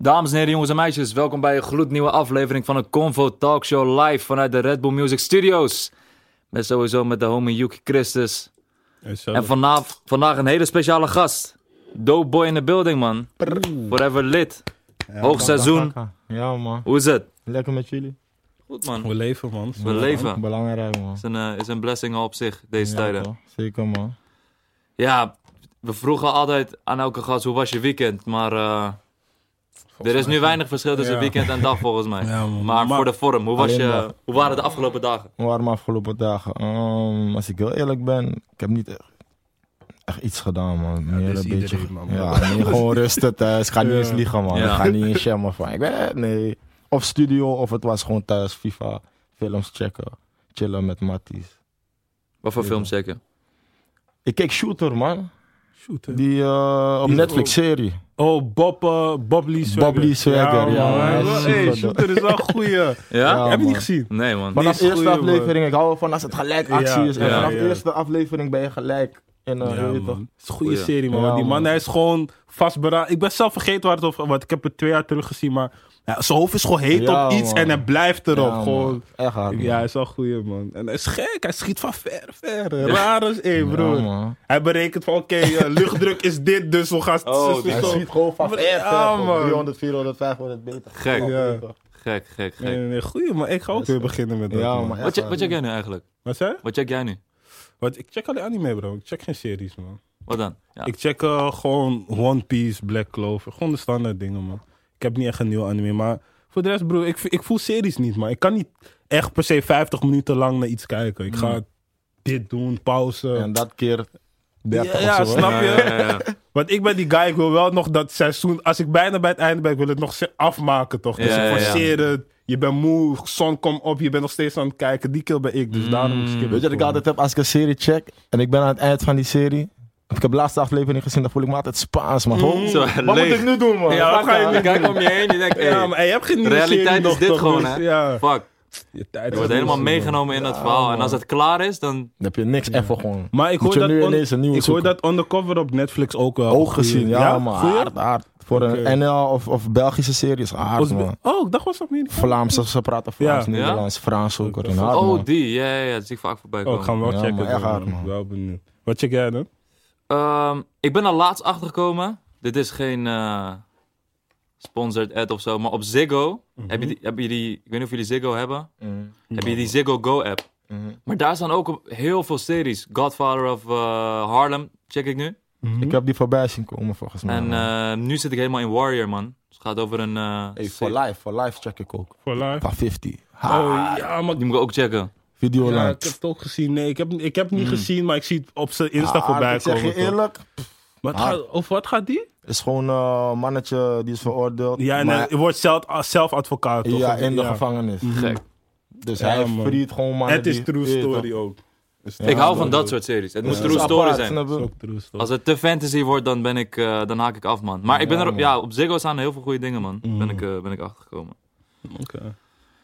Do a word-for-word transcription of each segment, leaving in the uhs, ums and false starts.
Dames en heren, jongens en meisjes, welkom bij een gloednieuwe aflevering van een Convo Talkshow live vanuit de Red Bull Music Studios. Met sowieso met de homie Yuki Christus. En vanaf, vandaag een hele speciale gast. Dope boy in the building, man. Forever lit. Ja, Hoogseizoen. Ja, man. Hoe is het? Lekker met jullie. Goed, man. We leven, man. We leven. Belangrijk, man. Is een, uh, is een blessing al op zich, deze Ja, tijden. toch? Zeker, man. Ja, we vroegen altijd aan elke gast, hoe was je weekend? Maar uh, er is nu weinig verschil tussen Ja. weekend en dag, volgens mij. Ja, man. Maar, Maar- voor de vorm, hoe, was Alleen je, maar. hoe waren de afgelopen dagen? Hoe waren mijn afgelopen dagen? Um, als ik heel eerlijk ben, ik heb niet echt, echt iets gedaan, man. Meer dat is een beetje. iedereen, man. Ja, meer gewoon rusten thuis. Ik ga niet Ja. eens liegen, man. Ja. Ik ga niet in shammen van. Ik ben, nee. Of studio, of het was gewoon thuis FIFA, films checken, chillen met matties. Wat voor Ja. films checken? Ik keek Shooter, man. Shooter. Die uh, op Die- Netflix-serie. Oh, Bob, uh, Bob Lee Swagger. Bob Lee Swagger, ja, man. man. Hey, Hij is hey, super Shooter is wel een goeie. Ja? Ja. Heb je niet man. gezien? Nee, man. Vanaf is de eerste goeie, aflevering, ik hou ervan als het gelijk actie Ja, is. En ja, vanaf ja. de eerste aflevering ben je gelijk in een, Ja, weet je toch? man. Het is een goede Goeie. serie, man. Ja, Die man, man. hij is gewoon vastberaden. Ik ben zelf vergeten waar het over was. Ik heb het twee jaar terug gezien, maar ja, zijn hoofd is gewoon heet Ja, op iets man. en hij blijft erop. Ja, gewoon. man. Echt hard, man. Ja, hij is wel een goeie, man. En hij is gek. Hij schiet van ver, ver. Raar als één, Ja, broer. man. Hij berekent van, oké, eh, luchtdruk is dit, dus we gaan... Oh, zo- hij Hij zo- schiet gewoon van Maar- ver, ja, ver, man. driehonderd, vierhonderd, vijfhonderd meter. Gek. Ja. Gek, gek, Nee, gek. nee, nee, goeie, maar ik ga ook Dat weer is- beginnen met dat, Ja, man. man. Wat, check, wat check jij nu eigenlijk? Wat zei je? Wat check jij nu? Wat, ik check alleen anime, bro. Ik check geen series, man. Wat dan? Ja. Ik check uh, gewoon One Piece, Black Clover. Gewoon de standaard dingen, man. Ik heb niet echt een nieuw anime, maar voor de rest, bro, ik, ik voel series niet, man. Ik kan niet echt per se vijftig minuten lang naar iets kijken. Ik ga Mm. dit doen, pauze. En dat keer dertig Ja, ja, of zo. hè? snap je? Ja, ja, ja. Want ik ben die guy, ik wil wel nog dat seizoen... Als ik bijna bij het einde ben, ik wil het nog se- afmaken, toch? Dus Ja, ja, ik ja. forceer het. Je bent moe, zon komt op, je bent nog steeds aan het kijken. Die kill ben ik, dus daarom skip ik Weet je wat ik gewoon. altijd heb als ik een serie check en ik ben aan het eind van die serie? Ik heb de laatste aflevering gezien, dan voel ik me altijd Spaans, man. Ho, Zo, wat leeg. moet ik nu doen, man? Ja, wat ga je Je nu kijkt om je heen, je denkt, hey, Ja, maar hey, je hebt geen nieuwe realiteit serie is nog, dit toch, gewoon, dus, hè? Ja. fuck. Je tijd Je is wordt helemaal goed, man. meegenomen in dat Ja, verhaal. En man. als het klaar is, dan... Dan heb je niks even gewoon. Maar ik Moet hoor, je dat, nu on- ineens een nieuwe ik hoor zoeken. dat Undercover op Netflix ook wel. Ook goeie- gezien, ja, man. Goeie? Hard, hard. Voor Oké. een N L of, of Belgische serie is hard, Was- man. Oh, ik dacht was dat Amerika. Vlaams, ze praten Vlaams, Ja. Nederlands, Frans ook. Een hard, Oh, man. die. Ja, ja, ja. Dat zie ik vaak voorbij Oh, komen. ik ga hem wel Ja, checken. man, echt dan, hard, man. man. Wel benieuwd. Wat check jij dan? Ehm, ik ben er laatst achtergekomen. Dit is geen eh, sponsored ad of zo. Maar op Ziggo, heb, je die, heb je die... Ik weet niet of jullie Ziggo hebben. Mm, Heb je die Ziggo Go app. mm. Maar daar staan ook heel veel series. Godfather of eh, Harlem, check ik nu. Mhm. Ik heb die voorbij zien komen, volgens mij. En man. eh, nu zit ik helemaal in Warrior, man. Dus het gaat over een... eh, Hey, se- for life, for life check ik ook. Voor live. Van vijftig. Oh, ja, maar Die moet ik ook checken. Videoland. ja, ik heb het ook gezien. Nee, ik heb, ik heb het niet gezien, maar ik zie het op zijn Insta Ah, voorbij ik zeg komen. je toch? eerlijk, Maar het Ah. gaat, over wat gaat die? is gewoon eh, een mannetje die is veroordeeld. Ja, en maar, hij wordt zelf, zelf advocaat, toch? ja, in de Ja. gevangenis. Gek. Dus Ja, hij man. verriet gewoon mannen Het is die- true weet je story toch. ook. Dus Ja, ik hou man. van dat soort series. Het moet Ja, true dat is story apart, zijn. snap je? Dat is ook true story. Als het te fantasy wordt, dan, ben ik, eh, dan haak ik af, man. Maar ik ben Ja, er, man. ja, op Ziggo staan er heel veel goede dingen, man. Mm. Ben, ik, eh, ben ik achtergekomen. Oké.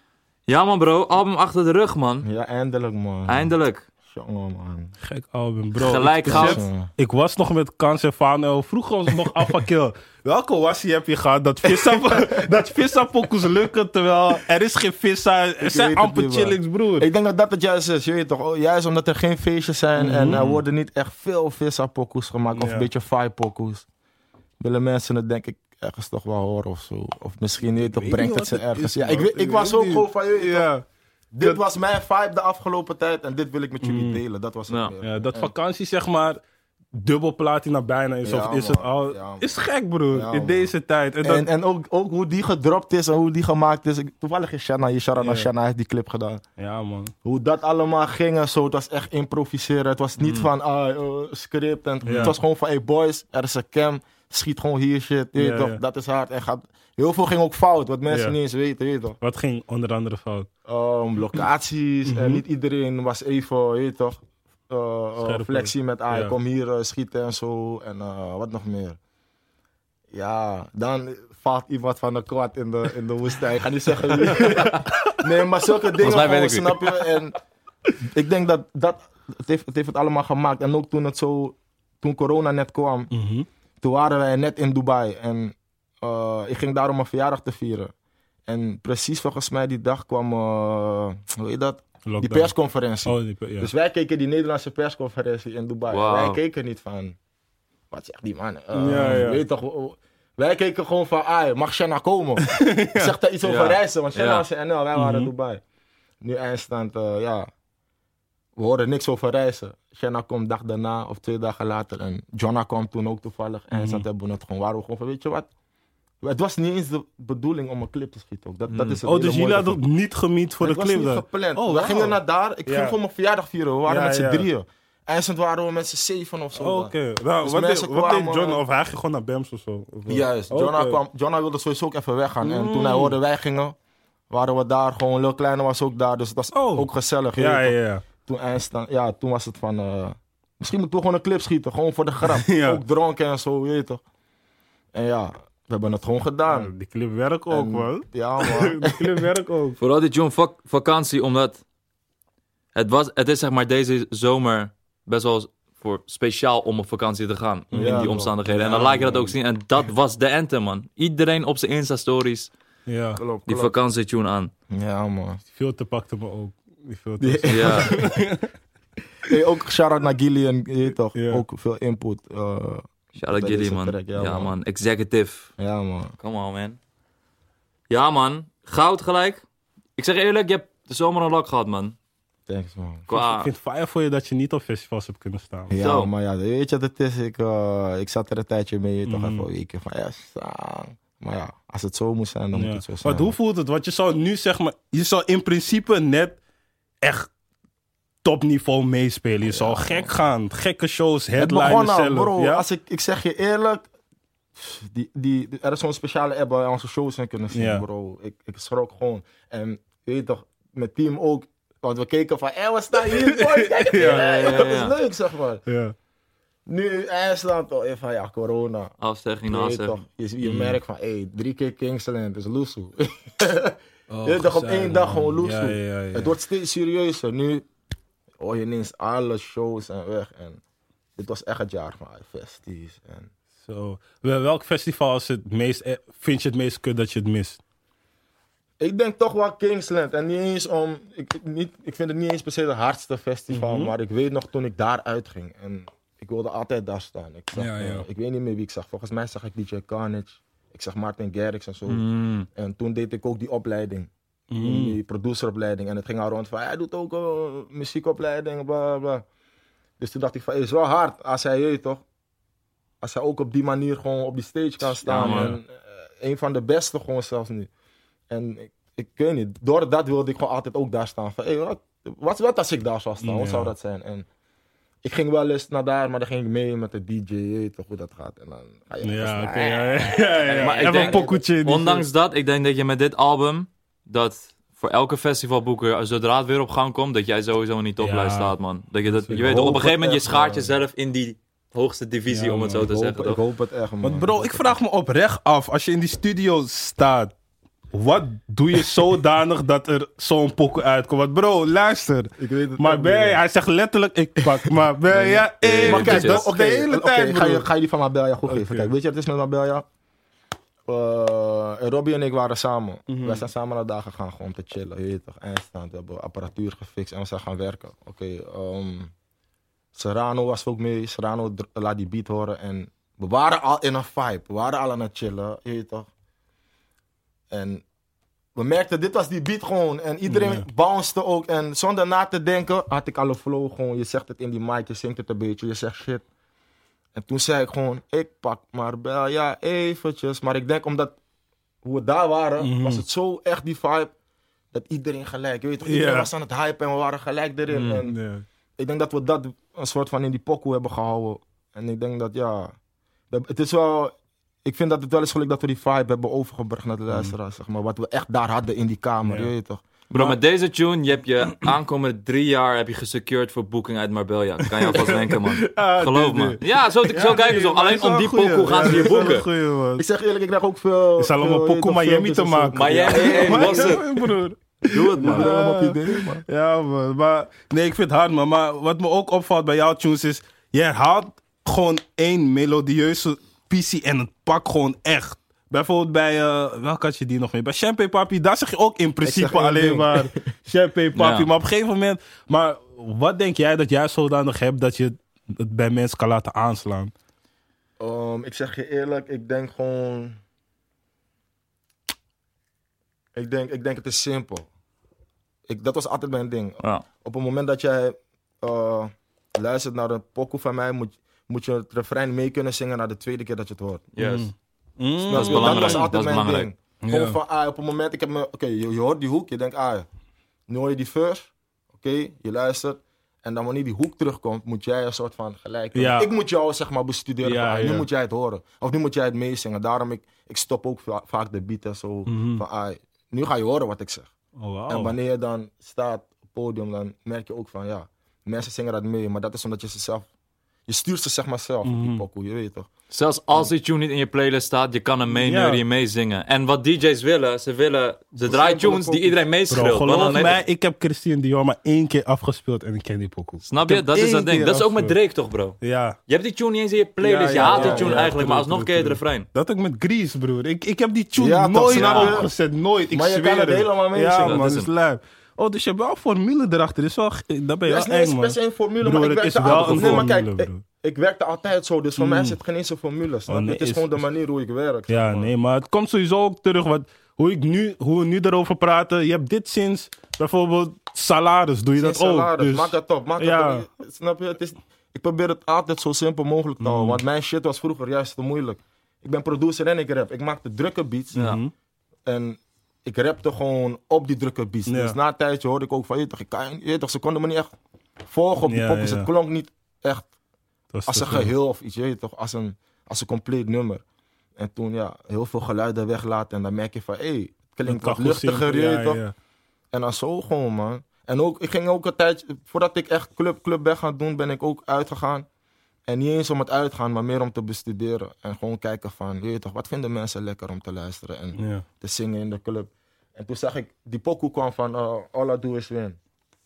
Ja, man, bro. Album achter de rug, man. Ja, eindelijk, man. Eindelijk. Jongen, man. Gek album, bro. Gelijk ik, goud. besef- Ik was nog met Kans en Fano. Vroeger was het nog Alpha Kill. Welke wassie heb je gehad? Dat vissa, dat vissa pokus lukken, terwijl er is geen vissa. Er weet zijn het amper niet, man. chillings, broer. Ik denk dat dat het juist is, je weet toch? Oh, juist omdat er geen feestjes zijn Mhm. en er worden niet echt veel vissa-pokoes gemaakt of Ja. een beetje vibe-pokoes. Willen mensen het denk ik ergens toch wel horen of zo. Of misschien niet, toch weet brengt niet het wat ze het ergens. is, Ja, ik, man. weet- ik Ik was weet ook niet. gewoon van, je weet toch, Ja. dit Dat- was mijn vibe de afgelopen tijd en dit wil ik met jullie Mm. delen. Dat was het Ja. meer. Ja, dat vakantie, zeg maar, dubbel platina bijna is. Ja, of is man. het al... Ja, man. is gek, broer. Ja, in man. deze tijd. En, dat, En, en ook, ook hoe die gedropt is en hoe die gemaakt is. Ik- Toevallig is Shanna, je shout-out naar Ja. Shanna, heeft die clip gedaan. ja, man. Hoe dat allemaal ging en zo, het was echt improviseren. Het was niet van ah, eh, script. En, Mm. Ja. Het was gewoon van, hey boys, er is een cam, schiet gewoon hier shit. Weet je Ja, toch? ja. Dat is hard. En gaat, heel veel ging ook fout, wat mensen Ja. niet eens weten. Weet je toch? Wat ging onder andere fout? Um, locaties en Mhm. niet iedereen was even, weet je toch? Uh, uh, Scherp, flexie met ah, ja. ik kom hier uh, schieten en zo. En uh, wat nog meer. Ja, dan valt iemand van de kwart in de, in de woestijn. Ik ga niet zeggen wie. Nee, maar zulke dingen mij weet gewoon, ik wie. snap je? En ik denk dat, dat het, heeft, het heeft het allemaal gemaakt. En ook toen het zo, toen corona net kwam, Mhm. toen waren wij net in Dubai. En uh, ik ging daar om mijn verjaardag te vieren. En precies volgens mij die dag kwam, uh, hoe heet dat? Lockdown. Die persconferentie. Oh, die, ja. Dus wij keken die Nederlandse persconferentie in Dubai. Wow. Wij keken niet van, wat zegt die man? Uh, Ja, ja. Weet toch, wij keken gewoon van, ah, mag Shanna komen? Ik zeg daar iets over Ja. reizen, want Shanna Ja. was in N L, wij waren in Dubai. Nu eindstand, uh, ja, we hoorden niks over reizen. Shanna komt dag daarna of twee dagen later en Jonna kwam toen ook toevallig. Eindstand hebben we het gewoon, waren we gewoon van, weet je wat? Het was niet eens de bedoeling om een clip te schieten ook. Dat, dat is het Oh, hele dus jullie mooie hadden ervan. ook niet gemiet voor Het de was clip niet dan? gepland. Oh, we wauw. gingen naar daar. Ik Ja. ging gewoon mijn verjaardag vieren. We waren Ja, met z'n ja. drieën. Eindstand waren we met z'n zeven of zo. Oh, Oké. Nou, Dus wat, deed, mensen wat deed kwamen- John? Of hij ging gewoon naar Bems of zo? Of wat? Juist. Oké. Jonna, kwam, Jonna wilde sowieso ook even weggaan. En Mm. toen hij hoorde wij gingen, waren we daar. Gewoon Lil Kleine was ook daar. Dus het was Oh. ook gezellig. je Ja, weet ja, toch. ja. Toen, eindstand, ja, toen was het van... Uh, misschien moeten we gewoon een clip schieten. Gewoon voor de grap. Ja. Ook dronken en zo, je weet toch. En ja, we hebben het gewoon gedaan. Ja, die clip werkt ook, En- man. Ja, man. Die clip werkt ook. Vooral die June vak- vakantie, omdat het, was, het is zeg maar deze zomer best wel voor speciaal om op vakantie te gaan. In Ja, die man. omstandigheden. En Ja, dan laat je dat man. ook zien. En dat was de anthem, man. Iedereen op zijn Insta-stories Ja, Klopt, die klopt. vakantietune aan. Ja, man. die filter pakte me ook. Die filter. Ja, Hey, ook shout-out naar Gilly en je weet toch. Ja. Ook veel input. Uh, shout-out Bij Gilly, deze man. track, ja, Ja, man. man. Executive. ja, man. Come on, man. Ja, man. Goud gelijk. Ik zeg eerlijk, je hebt de zomer een lak gehad, man. Thanks, man. Qua... Ik vind het fire voor je dat je niet op festivals hebt kunnen staan. Ja, Zo. maar ja, weet je wat het is? Ik, uh, ik zat er een tijdje mee, toch Mhm. even een weekje van, ja, staan. Maar ja, als het zo moet zijn, dan Ja. moet het zo zijn. Maar hoe voelt het? Want je zou nu zeg maar, je zou in principe net echt topniveau meespelen. Je zou gek gaan, gekke shows, Het headliners begon al, zelf. bro. Ja? Als ik, ik zeg je eerlijk, die, die, er is zo'n speciale app waar je onze shows in kunnen zien, Ja. bro. Ik, ik schrok gewoon. En je weet toch, met team ook, want we keken van, hé, we staan hier, boys, kijk het Ja, hier, ja, ja, dat ja. is leuk, zeg maar. Ja. Nu, IJsland, toch, even van, ja, corona. Afzegging na Je, weet afzegging. toch, je, je Mm. merkt van, hé, drie keer Kingsland is loesoe. Oh, je weet toch, op gezellig, één dag gewoon man. loesoe. Ja, ja, ja. Het wordt steeds serieuzer. Nu hoor je ineens alle shows en weg. En dit was echt het jaar van ah, festies. En... Zo. Wel- Welk festival is het meest, eh, vind je het meest kut dat je het mist? Ik denk toch wel Kingsland. En niet eens om... Ik, niet, ik vind het niet eens per se het hardste festival. Mhm. Maar ik weet nog toen ik daar uitging. En ik wilde altijd daar staan. Ik, zag, Ja, ja. eh, ik weet niet meer wie ik zag. Volgens mij zag ik D J Carnage. Ik zag Martin Garrix en zo. Mm. En toen deed ik ook die opleiding. Mm. Die produceropleiding. En het ging al rond van, hij doet ook een muziekopleiding, bla bla. Dus toen dacht ik van, het is wel hard als hij, je weet toch, als hij ook op die manier gewoon op die stage kan staan. Ja, man. en uh, een van de beste gewoon zelfs nu. En ik, ik weet niet, door dat wilde ik gewoon altijd ook daar staan. Van, hey, wat, wat, wat als ik daar zou staan, hoe Ja. zou dat zijn? En ik ging wel eens naar daar, maar dan ging ik mee met de D J, je weet toch hoe dat gaat. En dan ga je even Ja, staan. oké. ja, ja, ja, ja. Maar ik Even denk- een pokoetje. in die- Ondanks dat, ik denk dat je met dit album, dat voor elke festivalboeker, zodra het weer op gang komt, dat jij sowieso in die toplijst Ja. staat, man. Dat je, dat, je Ik weet, hoop op een gegeven moment, je het schaart echt, jezelf in die hoogste divisie, Ja, om het man. zo te Ik zeggen, hoop, ik toch? hoop het echt, man. Want bro, ik vraag me oprecht af, als je in die studio staat, wat doe je zodanig dat er zo'n pokken uitkomt? Want bro, luister. Ik weet het Maar echt ben niet, je, hij zegt letterlijk, ik pak maar ben je, eh, Maar kijk, dat is oké, de hele oké, tijd, ga, je, broer. ga je die van Mabelja goed geven. Oké. Kijk, weet je wat het is met Mabelja? Uh, Robbie en ik waren samen. Mhm. Wij zijn samen naar daar gegaan gewoon om te chillen. Je weet toch, eindstand. We hebben apparatuur gefixt en we zijn gaan werken. Oké, ehm, Serrano was ook mee. Serrano dr- laat die beat horen en we waren al in een vibe. We waren al aan het chillen, je weet toch. En we merkten, dit was die beat gewoon. En iedereen Ja. bounced ook. En zonder na te denken had ik alle flow gewoon. Je zegt het in die mic, je zingt het een beetje, je zegt shit. En toen zei ik gewoon, ik pak maar ja eventjes. Maar ik denk omdat, hoe we daar waren, Mhm. was het zo echt die vibe. Dat iedereen gelijk, je weet toch, iedereen Ja. was aan het hypen en we waren gelijk erin. Mm. En Ja. ik denk dat we dat een soort van in die pokoe hebben gehouden. En ik denk dat, ja, dat- het is wel... Ik vind dat het wel is gelukt dat we die vibe hebben overgebracht naar de luisteraars, zeg maar. Wat we echt daar hadden in die kamer, Ja. je weet toch. Bro, met deze tune, je hebt je aankomende drie jaar heb je gesecured voor boeking uit Marbella. Kan je alvast denken, man. Ah, Geloof dit, me. dit. Ja, zo, zo kijken ze. nee, maar Alleen is wel om die een goeie. pokoe gaan ze Ja, je is wel een boeken. goeie, man. Ik zeg eerlijk, ik krijg ook veel... Het is allemaal veel, je weet pokoe toch, Miami te filmpjes en zo. maken. Miami, hey, was het? Ja, broer. Doe het, man. Ja, helemaal op idee, man. Ja, man. Maar, nee, ik vind het hard, man. Maar wat me ook opvalt bij jouw tunes is... Je herhaalt gewoon één melodieuze pissie en het pakt gewoon echt. Bijvoorbeeld bij, uh, welke had je die nog mee? Bij Champagne Papi, daar zeg je ook in principe alleen ding. maar Champagne Papi. Ja. Maar op een gegeven moment, maar wat denk jij dat jij zodanig hebt dat je het bij mensen kan laten aanslaan? Um, ik zeg je eerlijk, ik denk gewoon... Ik denk, ik denk het is simpel. Ik, dat was altijd mijn ding. Ja. Op het moment dat jij uh, luistert naar een pokoe van mij, moet, moet je het refrein mee kunnen zingen naar de tweede keer dat je het hoort. Yes. Mm. Dat is Dat belangrijk. was altijd Dat is mijn belangrijk. ding. Gewoon Ja. van, ah, op het moment, ik heb me, oké, je, je hoort die hoek, je denkt, ah, nu hoor je die verse, oké, je luistert. En dan wanneer die hoek terugkomt, moet jij een soort van gelijk. Ja. Ik moet jou, zeg maar, bestuderen. Ja, van, ah, nu ja. moet jij het horen. Of nu moet jij het meezingen. Daarom, ik, ik stop ook va- vaak de beat en zo. Mhm. Van, ah, nu ga je horen wat ik zeg. Oh, wow. En wanneer je dan staat op het podium, dan merk je ook van, ja, mensen zingen dat mee. Maar dat is omdat je ze zelf, je stuurt ze zeg maar zelf op die Mhm. pokoe, je weet toch. Zelfs als die tune niet in je playlist staat, je kan hem meeneuren, Ja. meezingen. En wat D J's willen, ze willen, ze draaien tunes die iedereen Bro, meeschreeuwt. Want geloof dan heeft- mij, ik heb Christian Dior maar één keer afgespeeld en ik ken die pokoe. Snap je? Ik heb Dat is één dat ding. keer Dat is ook met afgespeeld. Drake toch, bro? Ja. Je hebt die tune niet eens in je playlist. Ja, je ja, haat die ja, tune ja, eigenlijk, maar true, alsnog true, ken je het true. refrein. Dat ook met Grease, broer. Ik, ik heb die tune Ja, toch, nooit snap je? afgezet. Nooit. Ik Maar je zweer kan het het. helemaal meezingen. Ja, Dat man. is Dat is hem. lijp. Oh, dus je hebt wel een formule erachter. Dus wel, dat ben je Dat wel is niet eens eng, per se man. een formule, Broer, maar ik het is werkte wel altijd... een Nee, maar kijk, formule, ik, broer. ik werkte altijd zo, dus voor Mm. mij zit geen eens een formule. Snap Oh, je? nee, het is is- gewoon de manier hoe ik werk. zeg Ja, maar. nee, maar het komt sowieso ook terug. Wat, hoe, ik nu, hoe we nu daarover praten. Je hebt dit sinds bijvoorbeeld salaris. Doe je dat Geen ook? salaris, Dus, maak het op. Maak Ja. het op. Snap je? Het is, ik probeer het altijd zo simpel mogelijk te houden, Mm. want mijn shit was vroeger juist te moeilijk. Ik ben producer en ik rap. Ik maakte drukke beats Mhm. en ik rapte gewoon op die drukke beats. Ja. Dus na een tijdje hoorde ik ook van, je toch, ik kan, je toch, ze konden me niet echt volgen op die Ja, poppers. ja. Het klonk niet echt Dat was als te een veel. geheel of iets, je weet toch, als een, als een compleet nummer. En toen, ja, heel veel geluiden weglaten en dan merk je van, hé, hey, het klinkt wat Kachel luchtiger, simpel, je ja, weet toch. ja. En dan zo gewoon, man. En ook, ik ging ook een tijdje, voordat ik echt club, club ben gaan doen, ben ik ook uitgegaan. En niet eens om het uitgaan, maar meer om te bestuderen. En gewoon kijken van, je weet toch, wat vinden mensen lekker om te luisteren en Ja. te zingen in de club. En toen zag ik, die pokoe kwam van, uh, All I Do Is Win.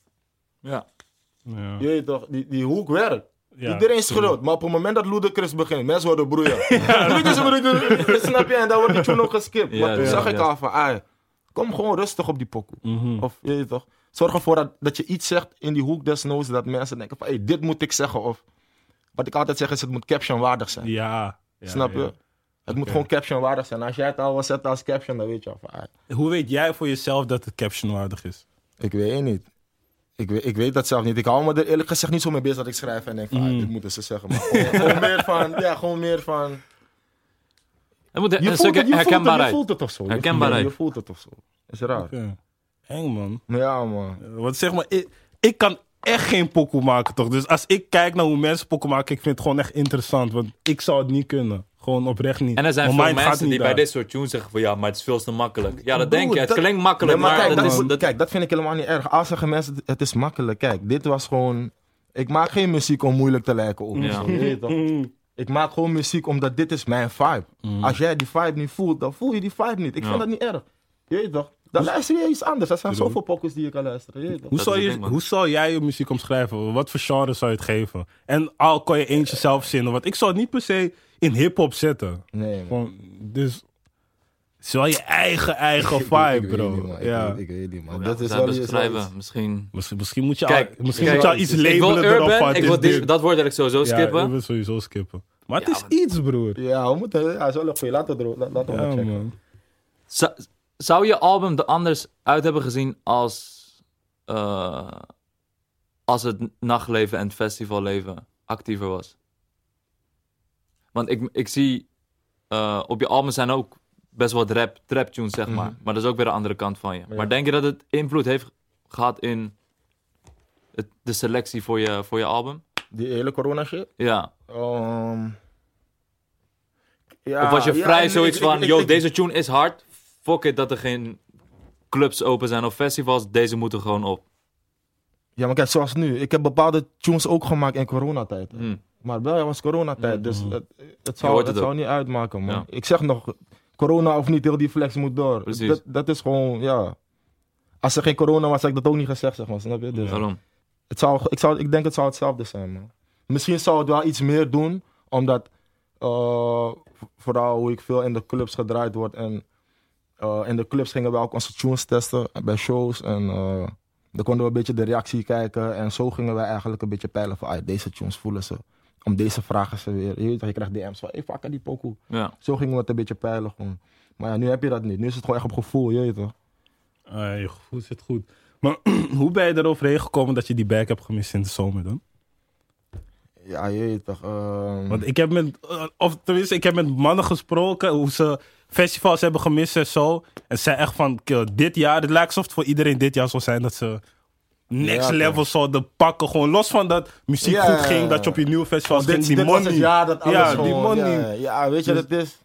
Ja. Ja. Je weet toch, die, die hoek werkt. Ja, Iedereen true. schreeuwt, maar op het moment dat Ludacris begint, mensen worden broeien. Ludacris, broeien, snap je? En dan wordt die tune ook geskipt. Ja, maar toen ja, zag ik ja. al van, ah, kom gewoon rustig op die pokoe. Mhm. Of, je weet toch, zorg ervoor dat, dat je iets zegt in die hoek desnoods, dat mensen denken van, hey, dit moet ik zeggen. Of, wat ik altijd zeg is, het moet captionwaardig zijn. Ja. Ja, Snap je? ja. Het moet Oké. gewoon captionwaardig zijn. Als jij het al wil zetten als caption, dan weet je al van, ah, Hoe weet jij voor jezelf dat het captionwaardig is? ik weet niet. Ik weet, ik weet dat zelf niet. Ik hou me er eerlijk gezegd niet zo mee bezig dat ik schrijf en denk van, ah, Mm. dit moeten ze zeggen. Maar gewoon, gewoon meer van, ja, gewoon meer van... Het moet Je een voelt, stukje het, je, voelt het, je herkenbaarheid. voelt het of zo. Je voelt- Herkenbaarheid. Je voelt het of zo. Is raar. Oké. Eng, man. Ja, man. Want zeg maar, ik, ik kan echt geen pokoe maken, toch? Dus als ik kijk naar hoe mensen pokoe maken, ik vind het gewoon echt interessant. Want ik zou het niet kunnen. Gewoon oprecht niet. En er zijn Mijn veel mind gaat mensen niet die bij daar. dit soort tunes zeggen van ja, maar het is veel te makkelijk. Ja, dat Broer, denk je. Het dat- klinkt makkelijk, Nee, maar maar kijk, dat dat, is... moet- dat- kijk, dat vind ik helemaal niet erg. Als zeggen mensen, het is makkelijk. Kijk, dit was gewoon... Ik maak geen muziek om moeilijk te lijken. Ook, Ja. zo, je weet toch? Mm. Ik maak gewoon muziek omdat dit is mijn vibe. Mm. Als jij die vibe niet voelt, dan voel je die vibe niet. Ik Ja. vind dat niet erg. Je weet toch? Dan luister je iets anders. Er zijn True. zoveel pokkers die je kan luisteren. Je weet toch? Hoe Dat zou, is het je, ding, man. hoe zou jij je muziek omschrijven? Wat voor genre zou je het geven? En al kan je eentje zelf zinnen. Want ik zou het niet per se in hip-hop zetten. Nee, man. Gewoon, dus. Het is wel je eigen, eigen Ik weet- ik vibe, weet bro. niet, man. Ik ja. weet- Ik weet niet, man. Ja, dat is dat wel beschrijven, iets- misschien... Misschien, misschien moet je Kijk, al, misschien kijk, moet je al iets ik wil labelen erop van. urban, het ik is wil die- dit. dat woord wil ik sowieso Ja, skippen. ik wil sowieso skippen. Maar het Ja, is want- iets, broer. Ja, we moeten... Ja, is wel een goeie. Laten we er- laten we Ja, maar checken. man. Zou, zou je album er anders uit hebben gezien als... eh, als het nachtleven en het festivalleven actiever was? Want ik, ik zie... eh, op je album zijn ook best wel wat rap, trap tunes, zeg maar. Mhm. Maar dat is ook weer de andere kant van je. Ja. Maar denk je dat het invloed heeft gehad in... Het, de selectie voor je, voor je album? Die hele corona shit. Ja. Ehm, ja, Of was je ja, vrij en zoiets ik- van... ik- ik- yo, ik- deze tune is hard. Fuck it dat er geen clubs open zijn of festivals. Deze moeten gewoon op. Ja, maar kijk, zoals nu. Ik heb bepaalde tunes ook gemaakt in coronatijd. Hm. Maar wel, ja, was coronatijd, Mhm. dus het, het, Je zou, hoort het het zou ook. niet uitmaken, man. Ja. Ik zeg nog, corona of niet, heel die flex moet door. Precies. Dat, dat is gewoon, ja... Als er geen corona was, had ik dat ook niet gezegd, zeg maar, snap je? Dus Waarom? het zou, ik, zou, ik denk het zou hetzelfde zijn, man. Misschien zou het wel iets meer doen, omdat Uh, vooral hoe ik veel in de clubs gedraaid word. En uh, in de clubs gingen we ook onze tunes testen bij shows. En uh, dan konden we een beetje de reactie kijken. En zo gingen we eigenlijk een beetje peilen van, ah, deze tunes voelen ze. Om deze vragen ze weer. Je weet toch, je krijgt D M's van, hé, hey, fuck die pokoe. Ja. Zo gingen we het een beetje peilen gewoon. Maar ja, nu heb je dat niet. Nu is het gewoon echt op gevoel, je weet toch. Uh, je gevoel zit goed. Maar hoe ben je eroverheen gekomen dat je die bag hebt gemist in de zomer dan? Ja, je weet toch. Uh... Want ik heb met, uh, of tenminste, ik heb met mannen gesproken hoe ze festivals hebben gemist en zo. En ze zijn echt van, kill, dit jaar, het lijkt alsof het voor iedereen dit jaar zou zijn dat ze next ja, level zouden pakken. Gewoon los van dat muziek ja, goed ging, dat je op je nieuwe festivals ging. Dit, die dit money. was het jaar dat alles ja, gewoon, die money. Ja, ja, weet je, dus... dat is...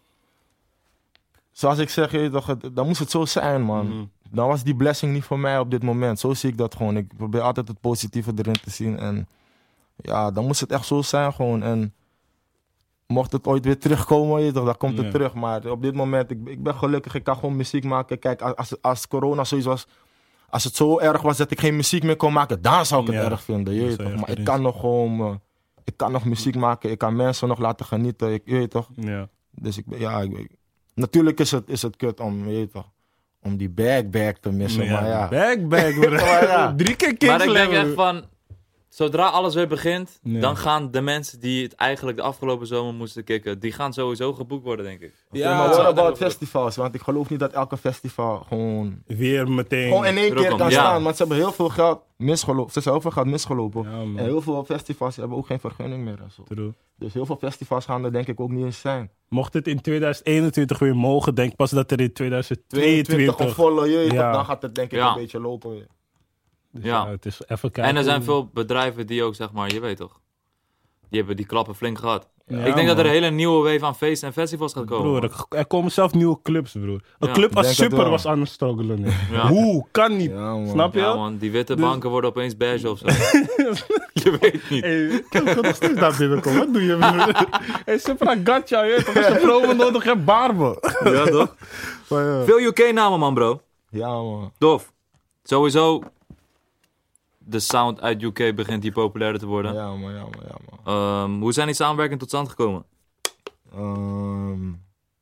Zoals ik zeg, je, toch, dan moest het zo zijn, man. Mm-hmm. Dan was die blessing niet voor mij op dit moment. Zo zie ik dat gewoon. Ik probeer altijd het positieve erin te zien. En ja, dan moest het echt zo zijn gewoon. En mocht het ooit weer terugkomen, je, toch, dan komt het yeah. terug. Maar op dit moment, ik, ik ben gelukkig. Ik kan gewoon muziek maken. Kijk, als, als corona zoiets was... Als het zo erg was dat ik geen muziek meer kon maken, dan zou ik het yeah. erg vinden. Je, toch? Maar ik kan nog gewoon... Uh, ik kan nog muziek maken. Ik kan mensen nog laten genieten. Ik, je weet toch? Yeah. Dus ik, ja... Ik, natuurlijk is het, is het kut om, weet toch, om die bag-bag te missen, ja, maar ja. Bag-bag, ja. Drie keer kicks. Maar ik denk echt van, zodra alles weer begint, nee. dan gaan de mensen die het eigenlijk de afgelopen zomer moesten kicken, die gaan sowieso geboekt worden, denk ik. Ja, ja maar what about festivals? Want ik geloof niet dat elke festival gewoon... Weer meteen... Gewoon in één keer kan ja. staan, want ze hebben heel veel geld misgelopen. Ze hebben heel veel geld misgelopen. Ja, en heel veel festivals hebben ook geen vergunning meer en zo. True. Dus heel veel festivals gaan er denk ik ook niet eens zijn. Mocht het in tweeduizend eenentwintig weer mogen, denk pas dat er in tweeduizend tweeëntwintig... tweeëntwintig of volle jeugd, ja. dan gaat het denk ik ja. een beetje lopen weer. Dus ja. ja, het is even kijken. En er zijn veel bedrijven die ook, zeg maar, je weet toch, die hebben die klappen flink gehad. Ja, ik denk man. dat er een hele nieuwe wave aan feesten en festivals gaat komen. Broer, er, er komen zelfs nieuwe clubs, broer. Een ja. club als Super was aan het struggelen. Ja. Hoe? Kan niet. Ja, snap je? Ja, man. Die witte banken dus... worden opeens beige of zo. Je weet niet. Hey, ik kan nog steeds daar binnenkomen. Wat doe je, broer? Hey, Super aan gatja, je toch? Als je promo nodig hebt, barben. Ja, toch? Maar, ja. Veel U K-namen, man, bro. Ja, man. Tof. Sowieso... De sound uit U K begint hier populairder te worden. Ja, man, ja, man, ja, man. Um, hoe zijn die samenwerkingen tot stand gekomen? Um,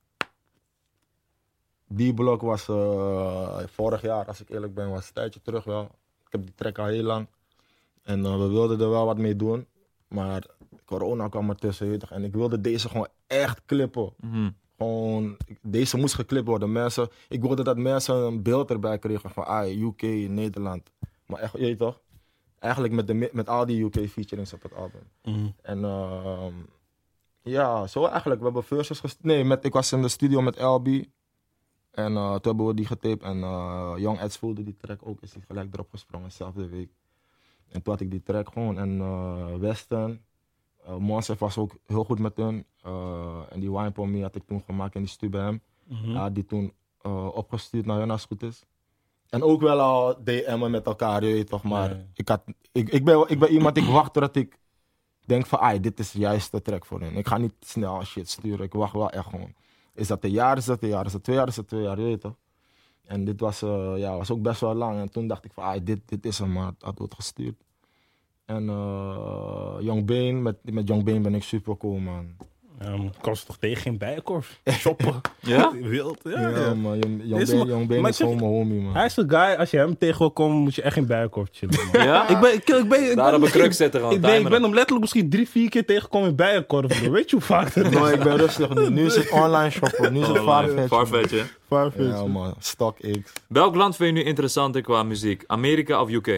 die blok was uh, vorig jaar, als ik eerlijk ben, was een tijdje terug wel. Ik heb die track al heel lang. En uh, we wilden er wel wat mee doen. Maar corona kwam ertussen, weet je, en ik wilde deze gewoon echt clippen. Mm-hmm. Gewoon, deze moest geklipt worden. Mensen, ik wilde dat mensen een beeld erbij kregen van ah, U K, Nederland. Maar echt, je weet toch? Eigenlijk met, de, met al die U K featurings op het album. Mm. En uh, ja, zo eigenlijk. We hebben verses gest- Nee, met, ik was in de studio met L B. En uh, toen hebben we die getaped. En uh, Young Eds voelde die track ook. Is die gelijk erop gesprongen, dezelfde week. En toen had ik die track gewoon. En uh, Western. Uh, Monsef was ook heel goed met hun. Uh, en die Wine For Me had ik toen gemaakt in die studio bij hem. Mm-hmm. Hij had die toen uh, opgestuurd naar hun als het goed is. En ook wel al D M'en met elkaar, je weet toch, maar nee. ik, had, ik, ik, ben, ik ben iemand, ik wacht totdat ik denk van, ah, dit is de juiste track voor hen. Ik ga niet snel shit sturen, ik wacht wel echt gewoon. Is dat een jaar, is dat een jaar, is dat twee jaar, is dat twee jaar, je weet toch. En dit was, uh, ja, was ook best wel lang en toen dacht ik van, ah, dit, dit is hem, maar het had wordt gestuurd. En uh, Young Bane, met, met Young Bane ben ik super cool, man. Ja, man, kan ze toch tegen geen bijenkorf shoppen? Ja? Wild, ja. Ja, ja. man. Young, Young Bane, Young Bane is gewoon mijn homie, man. Hij is een guy, als je hem tegen wil komen, moet je echt geen bijenkorf chillen, man. Ja? Ik ben, ik, ik ben, ik Daar ben, op een kruk zitten gewoon. Ik, ben, ik ben hem letterlijk misschien drie, vier keer tegengekomen in bijenkorf, bro. Weet je hoe vaak dat is? No, ik ben rustig nu. Nu is het online shoppen. Nu is het Farfetch. Farfetch, hè? Farfetch. Ja, man. StockX. Welk land vind je nu interessanter qua muziek? Amerika of U K?